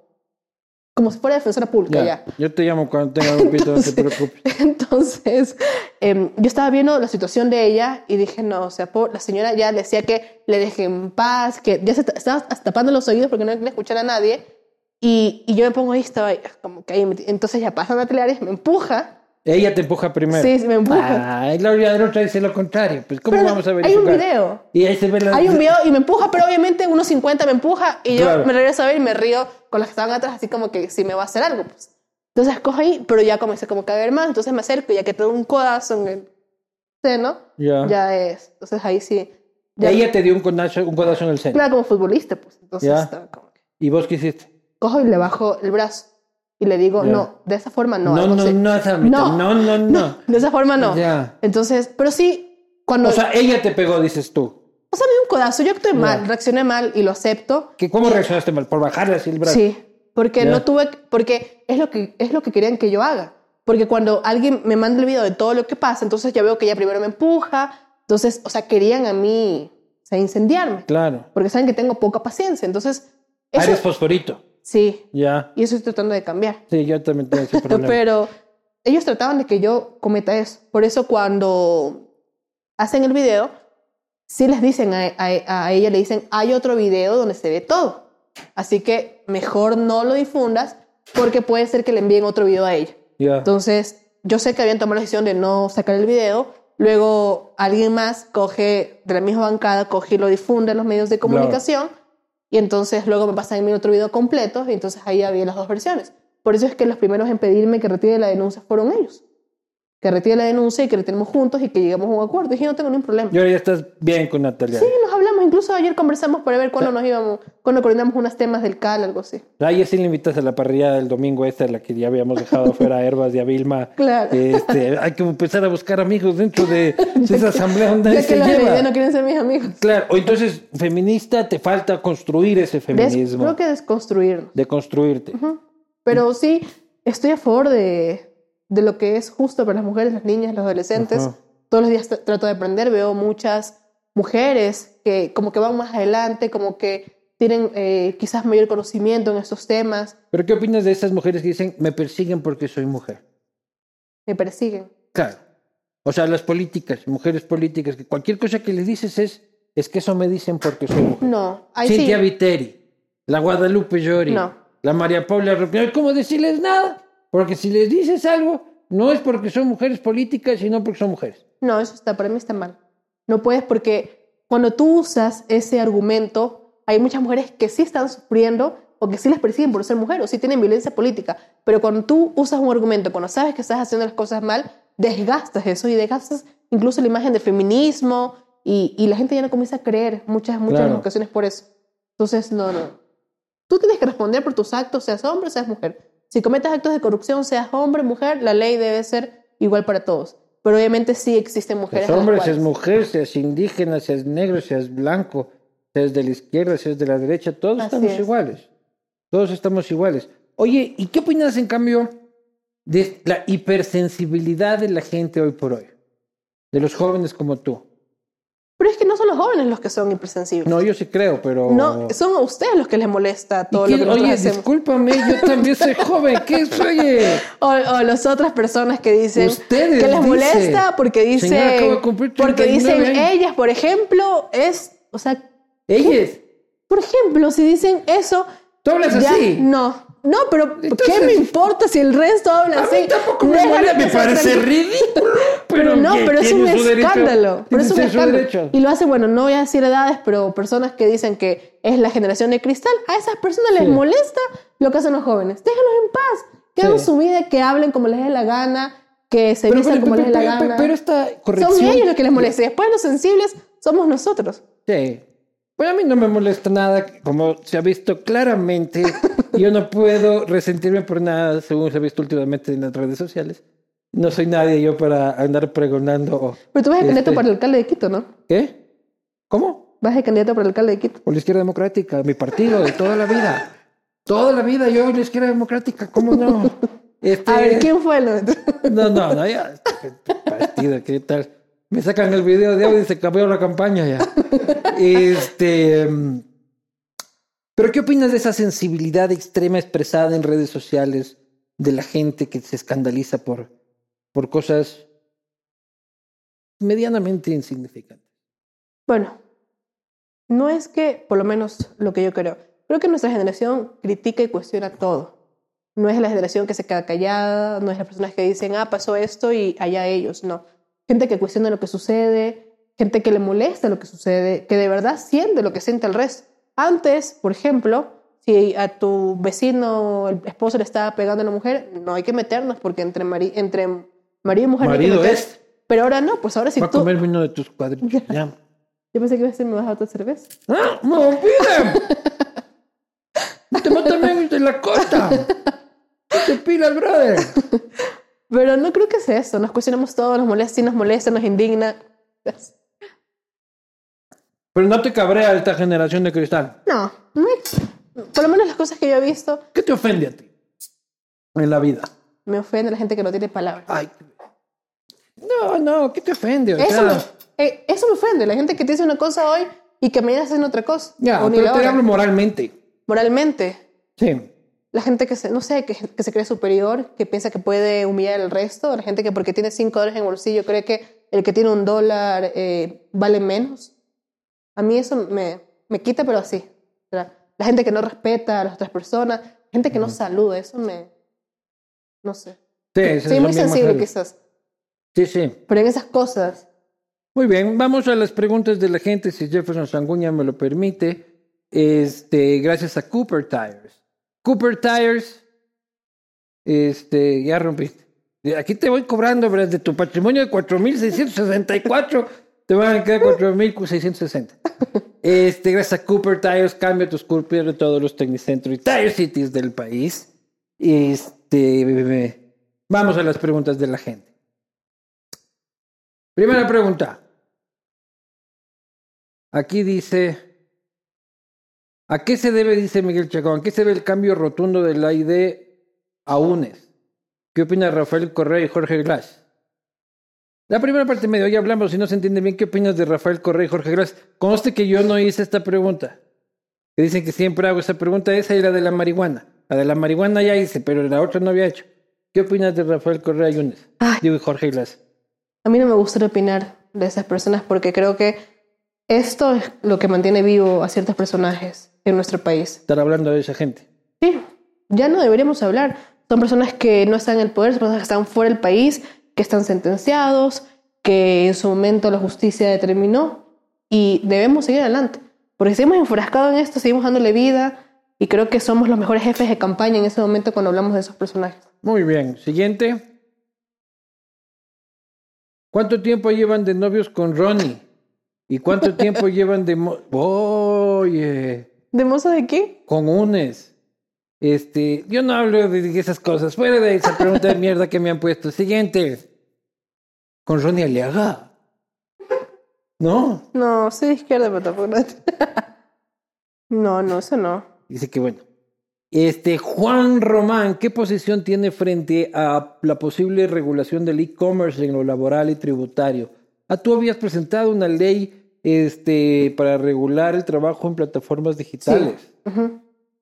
si fuera defensora pública ya. Yo te llamo cuando tenga un pito, no te preocupes. Entonces, yo estaba viendo la situación de ella y dije, no, o sea, la señora ya le decía que le deje en paz, que ya se estaba tapando los oídos porque no quería escuchar a nadie. Y yo me pongo ahí, estaba ahí, como que ahí. Entonces ya pasa Natalia Arias, me empuja. Ella te empuja primero. Sí, me empuja. Ay, la otra dice lo contrario. Pues, ¿cómo vamos a verificar? Hay un video. Y ahí se ve la... Hay un video y me empuja, pero obviamente unos 50 me empuja y yo me regreso a ver y me río con las que estaban atrás, así como que si me va a hacer algo, pues. Entonces cojo ahí, pero ya comencé como que a ver más, entonces me acerco y ya que tengo un codazo en el seno, ya es. Entonces ahí sí. Ya ella te dio un codazo en el seno. Claro, como futbolista, pues. Entonces estaba como que... ¿Y vos qué hiciste? Cojo y le bajo el brazo. Y le digo, no, de esa forma no. No. De esa forma no. Entonces, pero sí, cuando... O sea, ella te pegó, dices tú. O sea, me dio un codazo. Yo actué mal, reaccioné mal y lo acepto. ¿Cómo reaccionaste mal? ¿Por bajarle así el brazo? Sí, porque no tuve... Porque es lo que querían que yo haga. Porque cuando alguien me manda el video de todo lo que pasa, entonces ya veo que ella primero me empuja. Entonces, o sea, querían a mí, o sea, incendiarme. Claro. Porque saben que tengo poca paciencia. Entonces... Eres fosforito. Sí. Ya. Y eso estoy tratando de cambiar. Sí, yo también tengo ese problema. Pero ellos trataban de que yo cometa eso. Por eso cuando hacen el video, sí les dicen a ella, le dicen, hay otro video donde se ve todo. Así que mejor no lo difundas porque puede ser que le envíen otro video a ella. Entonces, yo sé que habían tomado la decisión de no sacar el video. Luego alguien más coge de la misma bancada, coge y lo difunde en los medios de comunicación. Y entonces luego me pasan en mi otro video completo y entonces ahí había las dos versiones. Por eso es que los primeros en pedirme que retire la denuncia fueron ellos. Que retire la denuncia y que retiremos juntos y que lleguemos a un acuerdo. Y dije, no tengo ningún problema. Y ahora ya estás bien con Natalia. Sí, nos hablamos. Incluso ayer conversamos para ver cuándo nos íbamos, cuándo coordinamos unos temas del CAL, algo así. Ahí sí le invitas a la parrilla del domingo la que ya habíamos dejado fuera a Herbas y a Vilma. Claro. Hay que empezar a buscar amigos dentro de esa asamblea donde ya se que lleva. Ya no quieren ser mis amigos. Claro. O entonces, feminista, te falta construir ese feminismo. Creo que desconstruirnos. Deconstruirte. Pero sí, estoy a favor de lo que es justo para las mujeres, las niñas, los adolescentes. Todos los días trato de aprender, veo muchas mujeres que como que van más adelante, como que tienen quizás mayor conocimiento en estos temas. ¿Pero qué opinas de esas mujeres que dicen, me persiguen porque soy mujer? Me persiguen. Claro. O sea, las políticas, mujeres políticas, que cualquier cosa que les dices es que eso me dicen porque soy mujer. No. Cintia Viteri, la Guadalupe Llori, la María Paula Rupián, ¿cómo decirles nada? Porque si les dices algo, no es porque son mujeres políticas, sino porque son mujeres. No, para mí está mal. No puedes porque cuando tú usas ese argumento, hay muchas mujeres que sí están sufriendo o que sí les persiguen por ser mujer o sí tienen violencia política. Pero cuando tú usas un argumento, cuando sabes que estás haciendo las cosas mal, desgastas eso y desgastas incluso la imagen del feminismo y la gente ya no comienza a creer muchas ocasiones por eso. Entonces, no. Tú tienes que responder por tus actos, seas hombre o seas mujer. Si cometes actos de corrupción, seas hombre o mujer, la ley debe ser igual para todos. Pero obviamente sí existen mujeres. Seas hombre, seas mujer, seas indígena, seas negro, seas blanco, seas de la izquierda, seas de la derecha, todos estamos iguales. Todos estamos iguales. Oye, ¿y qué opinas en cambio de la hipersensibilidad de la gente hoy por hoy, de los jóvenes como tú. Pero es que no son los jóvenes los que son hipersensibles. No, yo sí creo, pero... No, son a ustedes los que les molesta todo lo que nosotros oye, hacemos. Discúlpame, yo también soy joven. ¿Qué soy? O las otras personas que dicen Ustedes que les dicen. molesta porque dicen... Señora, acabo de cumplir 39 porque dicen años. ellas, por ejemplo, es... O sea, Ellas. por ejemplo, si dicen eso... ¿Tú hablas ya, así? No, pero Entonces, ¿qué me importa si el resto habla A así? mí tampoco me Déjalo molesta, que me sea parece tranquilo. ridículo. Pero no, que pero es un tiene su derecho, escándalo. Pero es un tiene su escándalo. derecho. Y lo hace, bueno, no voy a decir edades, pero personas que dicen que es la generación de cristal, a esas personas les Sí. molesta lo que hacen los jóvenes. Déjenlos en paz. Que hagan Sí. su vida, que hablen como les dé la gana, que se vistan como les dé la gana. Pero esta corrección... Son ellos los que les molesta. Y después los sensibles somos nosotros. Sí. Pues a mí no me molesta nada, como se ha visto claramente. Yo no puedo resentirme por nada, según se ha visto últimamente en las redes sociales. No soy nadie yo para andar pregonando. Pero tú vas de candidato para el alcalde de Quito, ¿no? ¿Qué? ¿Cómo? Vas de candidato para el alcalde de Quito. Por la Izquierda Democrática, mi partido de toda la vida. Toda la vida yo la Izquierda Democrática, ¿cómo no? A ver, ¿quién fue el otro? No, ya. Partido, ¿qué tal? Me sacan el video de audio y se cambió la campaña ya. Pero ¿qué opinas de esa sensibilidad extrema expresada en redes sociales de la gente que se escandaliza por cosas medianamente insignificantes? Bueno, no es que, por lo menos lo que yo creo que nuestra generación critica y cuestiona todo. No es la generación que se queda callada, no es las personas que dicen, pasó esto y allá ellos, no. Gente que cuestiona lo que sucede, gente que le molesta lo que sucede, que de verdad siente lo que siente el resto. Antes, por ejemplo, si a tu vecino, el esposo le estaba pegando a la mujer, no hay que meternos porque entre marido y mujer no hay que Marido meterse. es. Pero ahora no, pues ahora si Va a tú... comer vino de tus cuadritos. Ya. Yo pensé que iba a decir, me vas a dar otra cerveza. ¡Ah! ¡Me olviden! ¡Te matan también de la costa! ¡Te pilas, brother! Pero no creo que sea eso. Nos cuestionamos todo, nos molesta, nos indigna. Pero no te cabrea esta generación de cristal. No, por lo menos las cosas que yo he visto ¿Qué te ofende a ti en la vida? me ofende la gente que no tiene palabras. Ay. No, ¿qué te ofende? O Eso sea, me ofende, la gente que te dice una cosa hoy y que mañana hacen otra cosa. ya, O ni pero la te hora. hablo moralmente. Moralmente, Sí. la gente que se cree superior, que piensa que puede humillar al resto, la gente que porque tiene $5 en el bolsillo cree que el que tiene $1 vale menos. A mí eso me quita, pero así. O sea, la gente que no respeta a las otras personas, gente que no saluda, eso no sé. Sí, eso Soy es muy lo mismo, sensible Javi. quizás, Sí. pero en esas cosas. Muy bien, vamos a las preguntas de la gente, si Jefferson Sanguña me lo permite. Gracias a Cooper Tires. Cooper Tires, ya rompiste. Aquí te voy cobrando, ¿verdad? De tu patrimonio de 4,664, te van a quedar 4,660. Gracias a Cooper Tires, cambia tus Cooper de todos los Tecnicentros y Tire Cities del país. Vamos a las preguntas de la gente. Primera pregunta. Aquí dice, ¿a qué se debe, dice Miguel Chacón, a qué se debe el cambio rotundo de la ID a UNES? ¿Qué opina Rafael Correa y Jorge Glass? La primera parte medio ya hablamos, si no se entiende bien, ¿qué opinas de Rafael Correa y Jorge Glass? Conste que yo no hice esta pregunta. Que dicen que siempre hago esa pregunta, esa y la de la marihuana. La de la marihuana ya hice, pero la otra no había hecho. ¿Qué opinas de Rafael Correa y UNES? Digo, y Jorge Glass. A mí no me gusta opinar de esas personas porque creo que esto es lo que mantiene vivo a ciertos personajes en nuestro país. Estar hablando de esa gente. Sí, ya no deberíamos hablar. Son personas que no están en el poder, son personas que están fuera del país, que están sentenciados, que en su momento la justicia determinó y debemos seguir adelante. Porque si hemos enfrascado en esto, seguimos dándole vida y creo que somos los mejores jefes de campaña en ese momento cuando hablamos de esos personajes. Muy bien. Siguiente. ¿Cuánto tiempo llevan de novios con Ronnie? ¿Y cuánto tiempo llevan de... Oye... ¿De mozo de qué? Con UNES. Yo no hablo de esas cosas. Fuera de esa pregunta de mierda que me han puesto. Siguiente. Con Ronnie Aliaga. ¿No? No, soy de izquierda, pero tampoco. No, eso no. Dice que bueno. Juan Román, ¿qué posición tiene frente a la posible regulación del e-commerce en lo laboral y tributario? Tú habías presentado una ley para regular el trabajo en plataformas digitales. Sí. Uh-huh.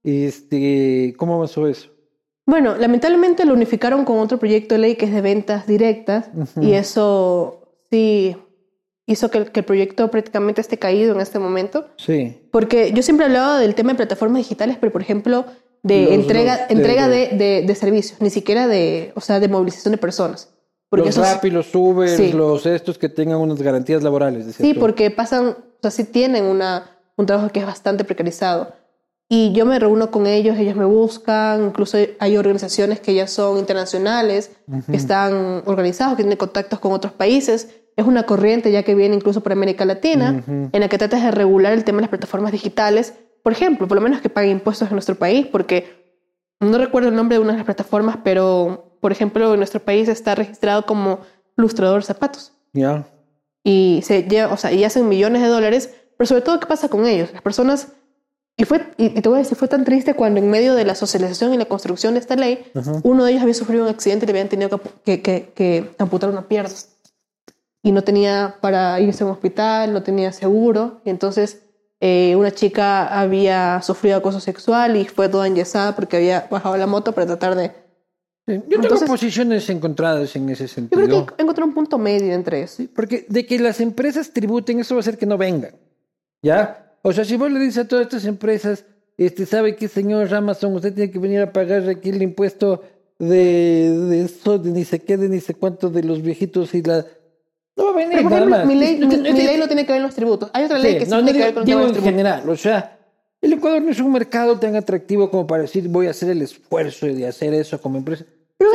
¿Cómo avanzó eso? Bueno, lamentablemente lo unificaron con otro proyecto de ley que es de ventas directas, uh-huh. Y eso sí hizo que el proyecto prácticamente esté caído en este momento. Sí. Porque yo siempre hablaba del tema de plataformas digitales, pero por ejemplo de entrega de servicios, ni siquiera de movilización de personas. Porque los Rappi, los Uber, sí. Los estos que tengan unas garantías laborales. Sí, porque sí tienen un trabajo que es bastante precarizado. Y yo me reúno con ellos me buscan, incluso hay organizaciones que ya son internacionales, uh-huh. Que están organizados, que tienen contactos con otros países. Es una corriente ya que viene incluso por América Latina, uh-huh. En la que tratas de regular el tema de las plataformas digitales. Por ejemplo, por lo menos que paguen impuestos en nuestro país, porque no recuerdo el nombre de una de las plataformas, pero, por ejemplo, en nuestro país está registrado como lustrador de zapatos. Ya. Yeah. Y hacen millones de dólares, pero sobre todo, ¿qué pasa con ellos? Las personas... Y te voy a decir, fue tan triste cuando en medio de la socialización y la construcción de esta ley, uh-huh. Uno de ellos había sufrido un accidente y le habían tenido que amputar una pierna. Y no tenía para irse a un hospital, no tenía seguro. Y entonces una chica había sufrido acoso sexual y fue toda enyesada porque había bajado la moto para tratar de... Sí. Yo tengo posiciones encontradas en ese sentido. Yo creo que encontré un punto medio entre eso. Sí, porque de que las empresas tributen, eso va a hacer que no vengan. ¿Ya? O sea, si vos le dices a todas estas empresas, ¿sabe qué, señor Amazon? Usted tiene que venir a pagar aquí el impuesto de eso, de ni sé qué, de ni sé cuánto, de los viejitos y la... No va a venir nada más. Mi ley no tiene que ver en los tributos. Hay otra ley que sí tiene que ver con los tributos. En general, o sea, el Ecuador no es un mercado tan atractivo como para decir voy a hacer el esfuerzo de hacer eso como empresa. Pero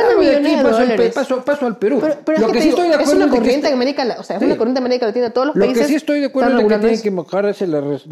paso al Perú. Pero lo que sí estoy de acuerdo es una corriente en América Latina, es una corriente en América Latina, todos los países. Lo que sí estoy de acuerdo es que tienen que mejorar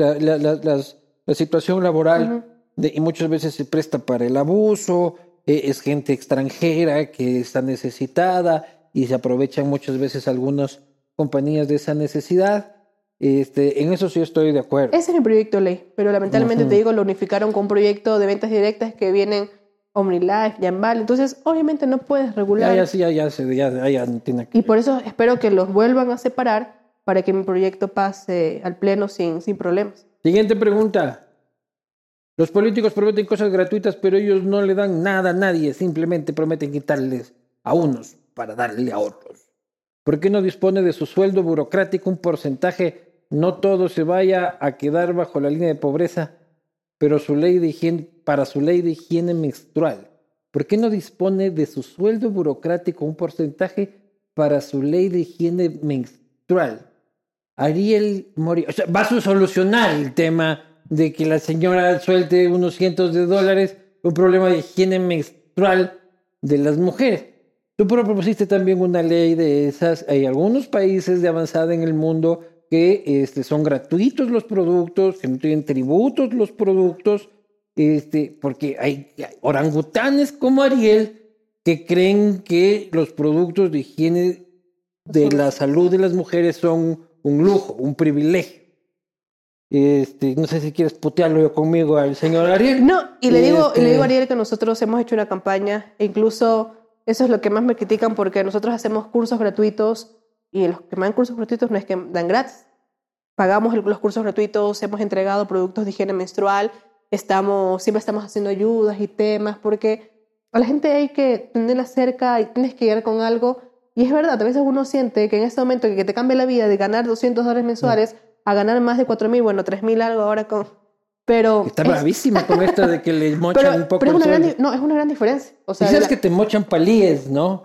la situación laboral, uh-huh. Y muchas veces se presta para el abuso, es gente extranjera que está necesitada y se aprovechan muchas veces algunas compañías de esa necesidad. En eso sí estoy de acuerdo. Ese es mi proyecto de ley, pero lamentablemente, uh-huh. Te digo, lo unificaron con un proyecto de ventas directas que vienen OmniLife, Jambal, entonces obviamente no puedes regular. Ya no tiene que... Y por eso espero que los vuelvan a separar para que mi proyecto pase al pleno sin problemas. Siguiente pregunta. Los políticos prometen cosas gratuitas, pero ellos no le dan nada a nadie, simplemente prometen quitarles a unos para darle a otros. ¿Por qué no dispone de su sueldo burocrático un porcentaje? No todo se vaya a quedar bajo la línea de pobreza, pero para su ley de higiene menstrual. ¿Por qué no dispone de su sueldo burocrático un porcentaje para su ley de higiene menstrual? Ariel Mori, o sea, va a solucionar el tema de que la señora suelte unos cientos de dólares, un problema de higiene menstrual de las mujeres. Tú propusiste también una ley de esas. Hay algunos países de avanzada en el mundo que son gratuitos los productos, que no tienen tributos los productos, porque hay orangutanes como Ariel que creen que los productos de higiene de la salud de las mujeres son un lujo, un privilegio. No sé si quieres putearlo conmigo al señor Ariel. No, y le digo a Ariel que nosotros hemos hecho una campaña, e incluso eso es lo que más me critican, porque nosotros hacemos cursos gratuitos y los que me dan cursos gratuitos no es que dan gratis. Pagamos los cursos gratuitos, hemos entregado productos de higiene menstrual, siempre estamos haciendo ayudas y temas, porque a la gente hay que tenerla cerca y tienes que llegar con algo. Y es verdad, a veces uno siente que en este momento que te cambia la vida de ganar $200 mensuales a ganar más de 4.000, bueno, 3.000 algo ahora con... Pero está bravísima con esto de que le mochan un poco pero es una gran diferencia. O sea, y sabes que te mochan palíes, ¿no?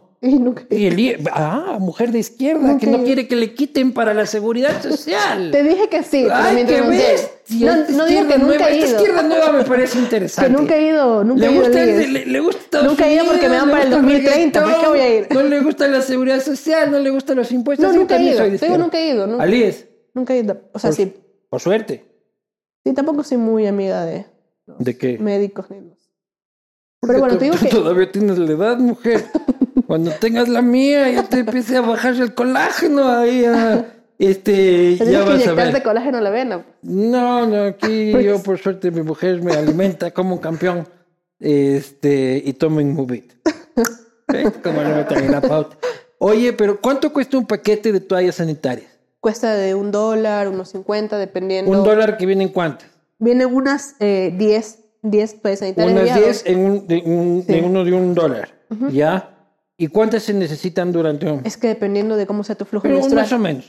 Mujer de izquierda que no quiere que le quiten para la seguridad social. Te dije que sí. Ay, qué bestia. No digo que nunca he ido. Esta izquierda nueva me parece interesante. Que nunca he ido. Le gusta nunca he ido porque me van para el 2030. ¿Por qué voy a ir? No le gusta la seguridad social, no le gustan los impuestos. No, nunca he ido. Nunca he ido. Alíes. Nunca he ido. O sea, sí. Por suerte. Sí, tampoco soy muy amiga de ¿de qué? Médicos ni los... Pero bueno, te digo que... Todavía tienes la edad, mujer. Cuando tengas la mía, ya te empiece a bajar el colágeno ahí. Ya vas a ver. ¿Te colágeno en la vena? No, aquí yo por suerte mi mujer me alimenta como un campeón. y tomen Movit. Como lo metan en la pauta. Oye, pero ¿cuánto cuesta un paquete de toallas sanitarias? Cuesta de $1, unos 50, dependiendo. ¿$1 que vienen cuántas? Vienen unas 10 toallas sanitarias. Unas 10 en uno de $1, ¿ya? ¿Y cuántas se necesitan durante un...? Es que dependiendo de cómo sea tu flujo Pero menstrual. más o menos.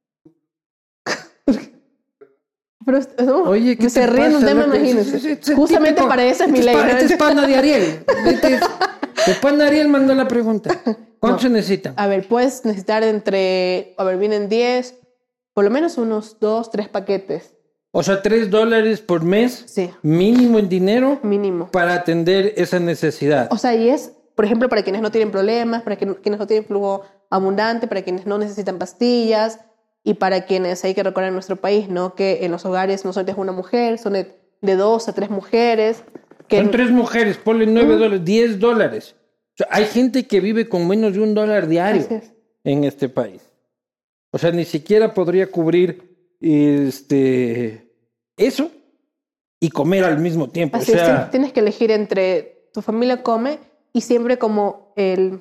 Pero Oye, ¿qué se te ríen un pasa, tema, loco? imagínense. Justamente típico. para eso es mi ley. Este es pana de Ariel. El pana de Ariel mandó la pregunta. ¿Cuánto se necesitan? A ver, puedes necesitar vienen 10, por lo menos unos 2, 3 paquetes. O sea, $3 por mes. Sí. Mínimo en dinero. Mínimo. Para atender esa necesidad. O sea, y es, por ejemplo, para quienes no tienen problemas, para quienes no tienen flujo abundante, para quienes no necesitan pastillas y para quienes hay que recordar en nuestro país, ¿no? Que en los hogares no solo es una mujer, son de 2 a 3 mujeres. Son 3 mujeres, ponle $9, $10. O sea, hay gente que vive con menos de $1 diario en este país. O sea, ni siquiera podría cubrir eso y comer al mismo tiempo. Así es, tienes que elegir entre tu familia come y siempre como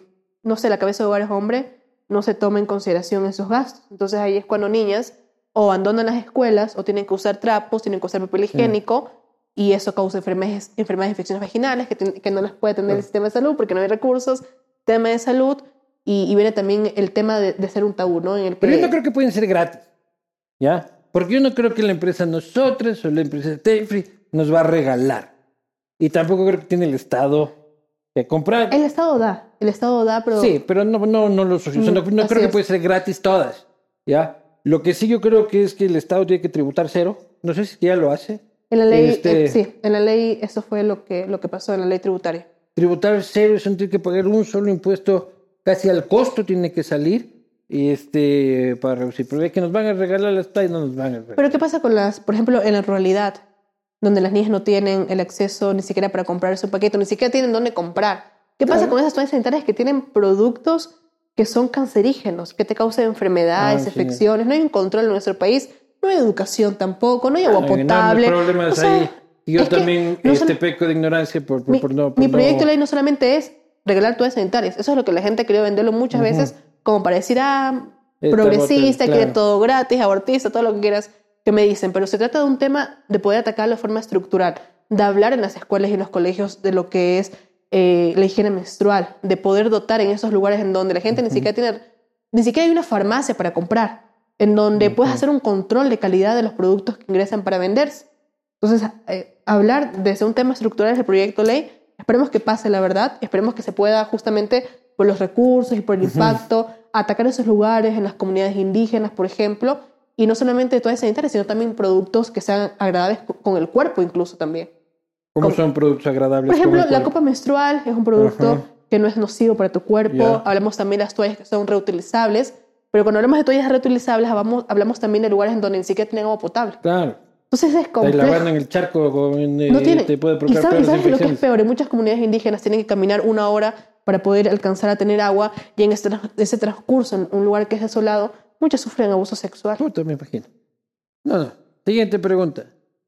la cabeza de hogar es hombre, no se toma en consideración esos gastos. Entonces ahí es cuando niñas o abandonan las escuelas o tienen que usar trapos, tienen que usar papel higiénico y eso causa enfermedades, infecciones vaginales que no las puede atender el sistema de salud porque no hay recursos, tema de salud y viene también el tema de ser un tabú, ¿no? Pero yo no creo que pueden ser gratis, ¿ya? Porque yo no creo que la empresa nosotros o la empresa Tefri nos va a regalar. Y tampoco creo que tiene el Estado que comprar. El Estado da, pero... Sí, pero no lo suficiente. No creo que puede ser gratis todas, ¿ya? Lo que sí yo creo que es que el Estado tiene que tributar 0. No sé si ya lo hace. En la ley, sí, en la ley eso fue lo que pasó en la ley tributaria. Tributar 0 es no tiene que pagar un solo impuesto, casi al costo tiene que salir para reducir. Pero es que nos van a regalar las playas, no nos van a regalar. Pero ¿qué pasa con por ejemplo, en la ruralidad, donde las niñas no tienen el acceso ni siquiera para comprar su paquete, ni siquiera tienen dónde comprar? ¿Qué pasa con esas toallas sanitarias que tienen productos que son cancerígenos, que te causan enfermedades, infecciones? No hay un control en nuestro país, no hay educación tampoco, no hay agua potable. No hay problemas ahí. Yo también peco de ignorancia por no... Mi proyecto de ley no solamente es regalar toallas sanitarias, eso es lo que la gente ha querido venderlo muchas veces, como para decir, progresista, quiere todo gratis, abortista, todo lo que quieras, que me dicen, pero se trata de un tema de poder atacarlo de forma estructural, de hablar en las escuelas y en los colegios de lo que es la higiene menstrual, de poder dotar en esos lugares en donde la gente ni siquiera hay una farmacia para comprar, en donde puedes hacer un control de calidad de los productos que ingresan para venderse. Entonces, hablar desde un tema estructural del proyecto de ley, esperemos que pase la verdad, esperemos que se pueda justamente por los recursos y por el impacto atacar esos lugares en las comunidades indígenas, por ejemplo, y no solamente toallas sanitarias, sino también productos que sean agradables con el cuerpo incluso también. ¿Cómo son productos agradables? Por ejemplo, la copa menstrual es un producto que no es nocivo para tu cuerpo. Hablamos también de las toallas que son reutilizables, pero cuando hablamos de toallas reutilizables hablamos también de lugares en donde ni siquiera tienen agua potable. Claro. Entonces es complejo. La lavando en el charco te puede provocar ¿Y sabes lo que es peor? En muchas comunidades indígenas tienen que caminar 1 hora para poder alcanzar a tener agua y en ese transcurso, en un lugar que es desolado, muchos sufren abuso sexual. Puta, me imagino. No. Siguiente pregunta.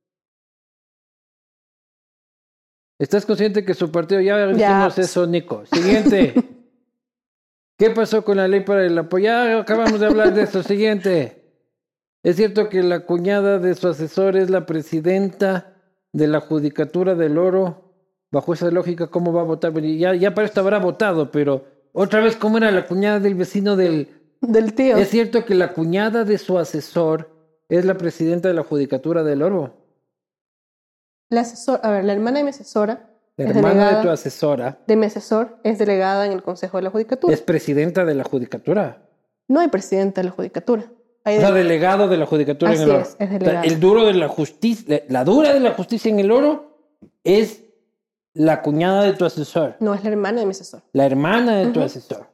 ¿Estás consciente que su partido ya dijimos eso, Nico? Siguiente. ¿Qué pasó con la ley para el apoyo? Ya acabamos de hablar de eso. Siguiente. ¿Es cierto que la cuñada de su asesor es la presidenta de la Judicatura del Oro? Bajo esa lógica, ¿cómo va a votar? Ya para esto habrá votado, pero otra vez, ¿cómo era la cuñada del vecino del tío? ¿Es cierto que la cuñada de su asesor es la presidenta de la Judicatura del Oro? La hermana de mi asesora. La hermana de tu asesora. De mi asesor es delegada en el Consejo de la Judicatura. ¿Es presidenta de la Judicatura? No hay presidenta de la Judicatura. Delegado de la Judicatura en el Oro. Es delegado. El duro de la justicia, la dura de la justicia en el Oro es la cuñada de tu asesor. No, es la hermana de mi asesor. La hermana de tu asesor.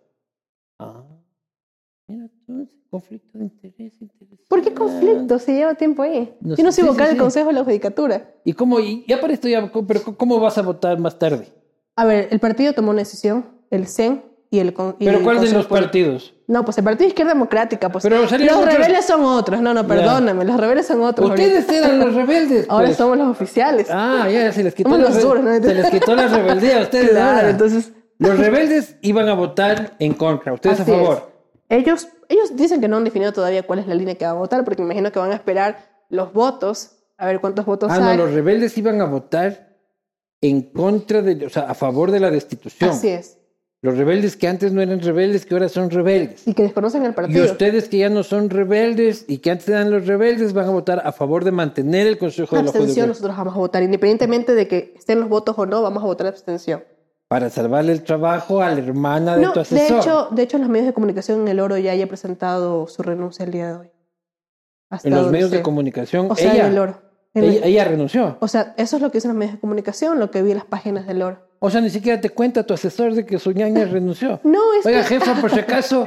Mira tú, conflicto de interés. ¿Por qué conflicto? Si lleva tiempo ahí. Yo no soy vocal del Consejo de la Judicatura. ¿Y ya para esto pero cómo vas a votar más tarde? A ver, el partido tomó una decisión, el CEN, ¿Pero cuál de los partidos? No, pues el Partido Izquierda Democrática. Pues Pero los rebeldes son otros. No, perdóname. Los rebeldes son otros. Ustedes eran los rebeldes. Ahora pues. somos los oficiales. Ya se les quitó se les quitó la rebeldía a ustedes. Claro, entonces... Los rebeldes iban a votar en contra. ¿Ustedes Así a favor? Ellos dicen que no han definido todavía cuál es la línea que van a votar, porque me imagino que van a esperar los votos, a ver cuántos votos hay. No, los rebeldes iban a votar en contra a favor de la destitución. Así es. Los rebeldes que antes no eran rebeldes, que ahora son rebeldes. Y que desconocen el partido. Y ustedes que ya no son rebeldes y que antes eran los rebeldes van a votar a favor de mantener el Consejo de la Judicatura. Nosotros vamos a votar, independientemente de que estén los votos o no, vamos a votar abstención. Para salvarle el trabajo a la hermana de tu asesor. De hecho, los medios de comunicación en El Oro ya haya presentado su renuncia el día de hoy. En los medios de comunicación, o sea, ella, en El Oro. Ella renunció. O sea, eso es lo que dicen los medios de comunicación, lo que vi en las páginas del Oro. O sea, ni siquiera te cuenta tu asesor de que su ñaña renunció. No, Oiga, jefa, por si acaso,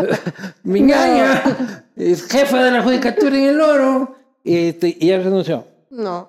mi ñaña es jefa de la judicatura en El Oro y ella renunció. No.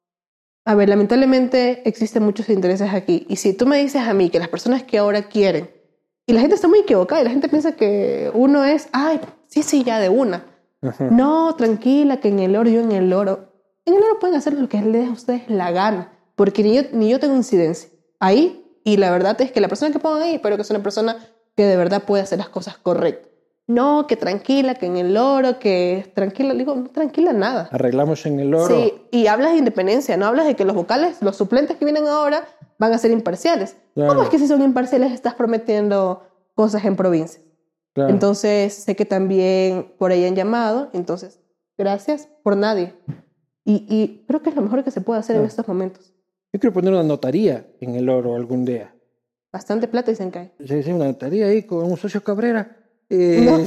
A ver, lamentablemente existen muchos intereses aquí. Y si tú me dices a mí que las personas que ahora quieren, y la gente está muy equivocada, y la gente piensa que uno es, sí, ya de una. Uh-huh. No, tranquila, que en El Oro, yo en El Oro. En El Oro pueden hacer lo que les dé a ustedes la gana, porque ni yo tengo incidencia ahí, y la verdad es que la persona que pongan ahí, espero que sea una persona que de verdad pueda hacer las cosas correctas. No, que tranquila, que en El Oro, que tranquila. Digo, no tranquila nada. Arreglamos en El Oro. Sí, y hablas de independencia, no hablas de que los vocales, los suplentes que vienen ahora van a ser imparciales. Claro. ¿Cómo es que si son imparciales estás prometiendo cosas en provincia? Claro. Entonces, sé que también por ahí han llamado, entonces, gracias por nadie. Y creo que es lo mejor que se puede hacer en estos momentos. Yo quiero poner una notaría en El Oro algún día. Bastante plata dicen que hay. Sí, una notaría ahí con un socio Cabrera. No,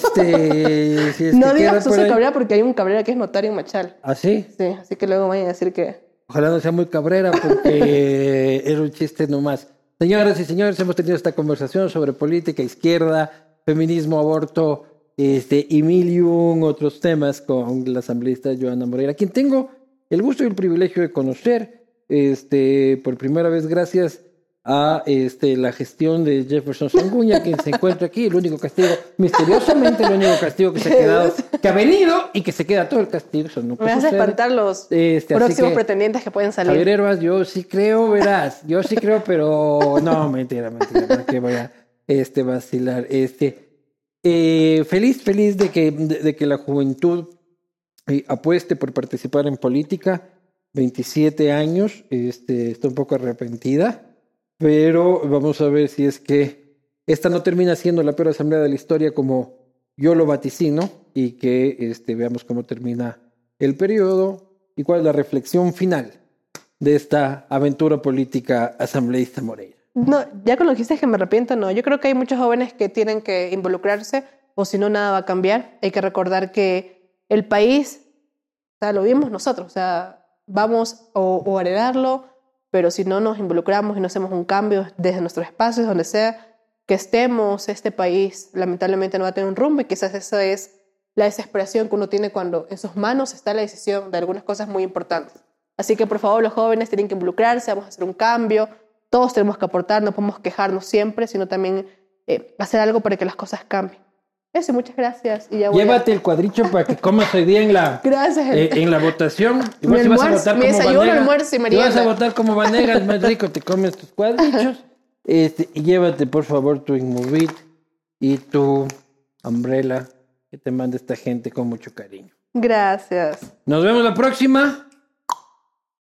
no digas socio Cabrera porque hay un Cabrera que es notario en Machal. ¿Ah, sí? Sí, así que luego vayan a decir que... Ojalá no sea muy Cabrera porque era un chiste nomás. Señoras y señores, hemos tenido esta conversación sobre política, izquierda, feminismo, aborto, y mil y un otros temas con la asambleísta Johanna Moreira, quien tengo el gusto y el privilegio de conocer por primera vez gracias a la gestión de Jefferson Sanguña, quien se encuentra aquí, el único castigo, misteriosamente el único castigo que se ha quedado, que ha venido y que se queda todo el castigo. Eso no me vas a espantar los próximos pretendientes que pueden salir. Javier Herbas, yo sí creo, verás, pero no, mentira, que voy a vacilar. Feliz de que la juventud apueste por participar en política. 27 años, está un poco arrepentida. Pero vamos a ver si es que esta no termina siendo la peor asamblea de la historia como yo lo vaticino y que veamos cómo termina el periodo y cuál es la reflexión final de esta aventura política asambleísta Moreira. No, ya con lo que dices que me arrepiento, no. Yo creo que hay muchos jóvenes que tienen que involucrarse o si no nada va a cambiar. Hay que recordar que el país, o sea, lo vimos nosotros, o sea, vamos o heredarlo, pero si no nos involucramos y no hacemos un cambio desde nuestros espacios, donde sea que estemos, este país lamentablemente no va a tener un rumbo y quizás esa es la desesperación que uno tiene cuando en sus manos está la decisión de algunas cosas muy importantes. Así que por favor los jóvenes tienen que involucrarse, vamos a hacer un cambio, todos tenemos que aportar, no podemos quejarnos siempre, sino también hacer algo para que las cosas cambien. Eso, muchas gracias. Y ya llévate el cuadricho para que comas hoy día en la, en la votación. Igual si vas a votar como Vanega, almuerzo y merienda. Si vas a votar como Vanega, es más rico, te comes tus cuadrichos. Y llévate, por favor, tu Inmovit y tu Umbrella que te manda esta gente con mucho cariño. Gracias. Nos vemos la próxima.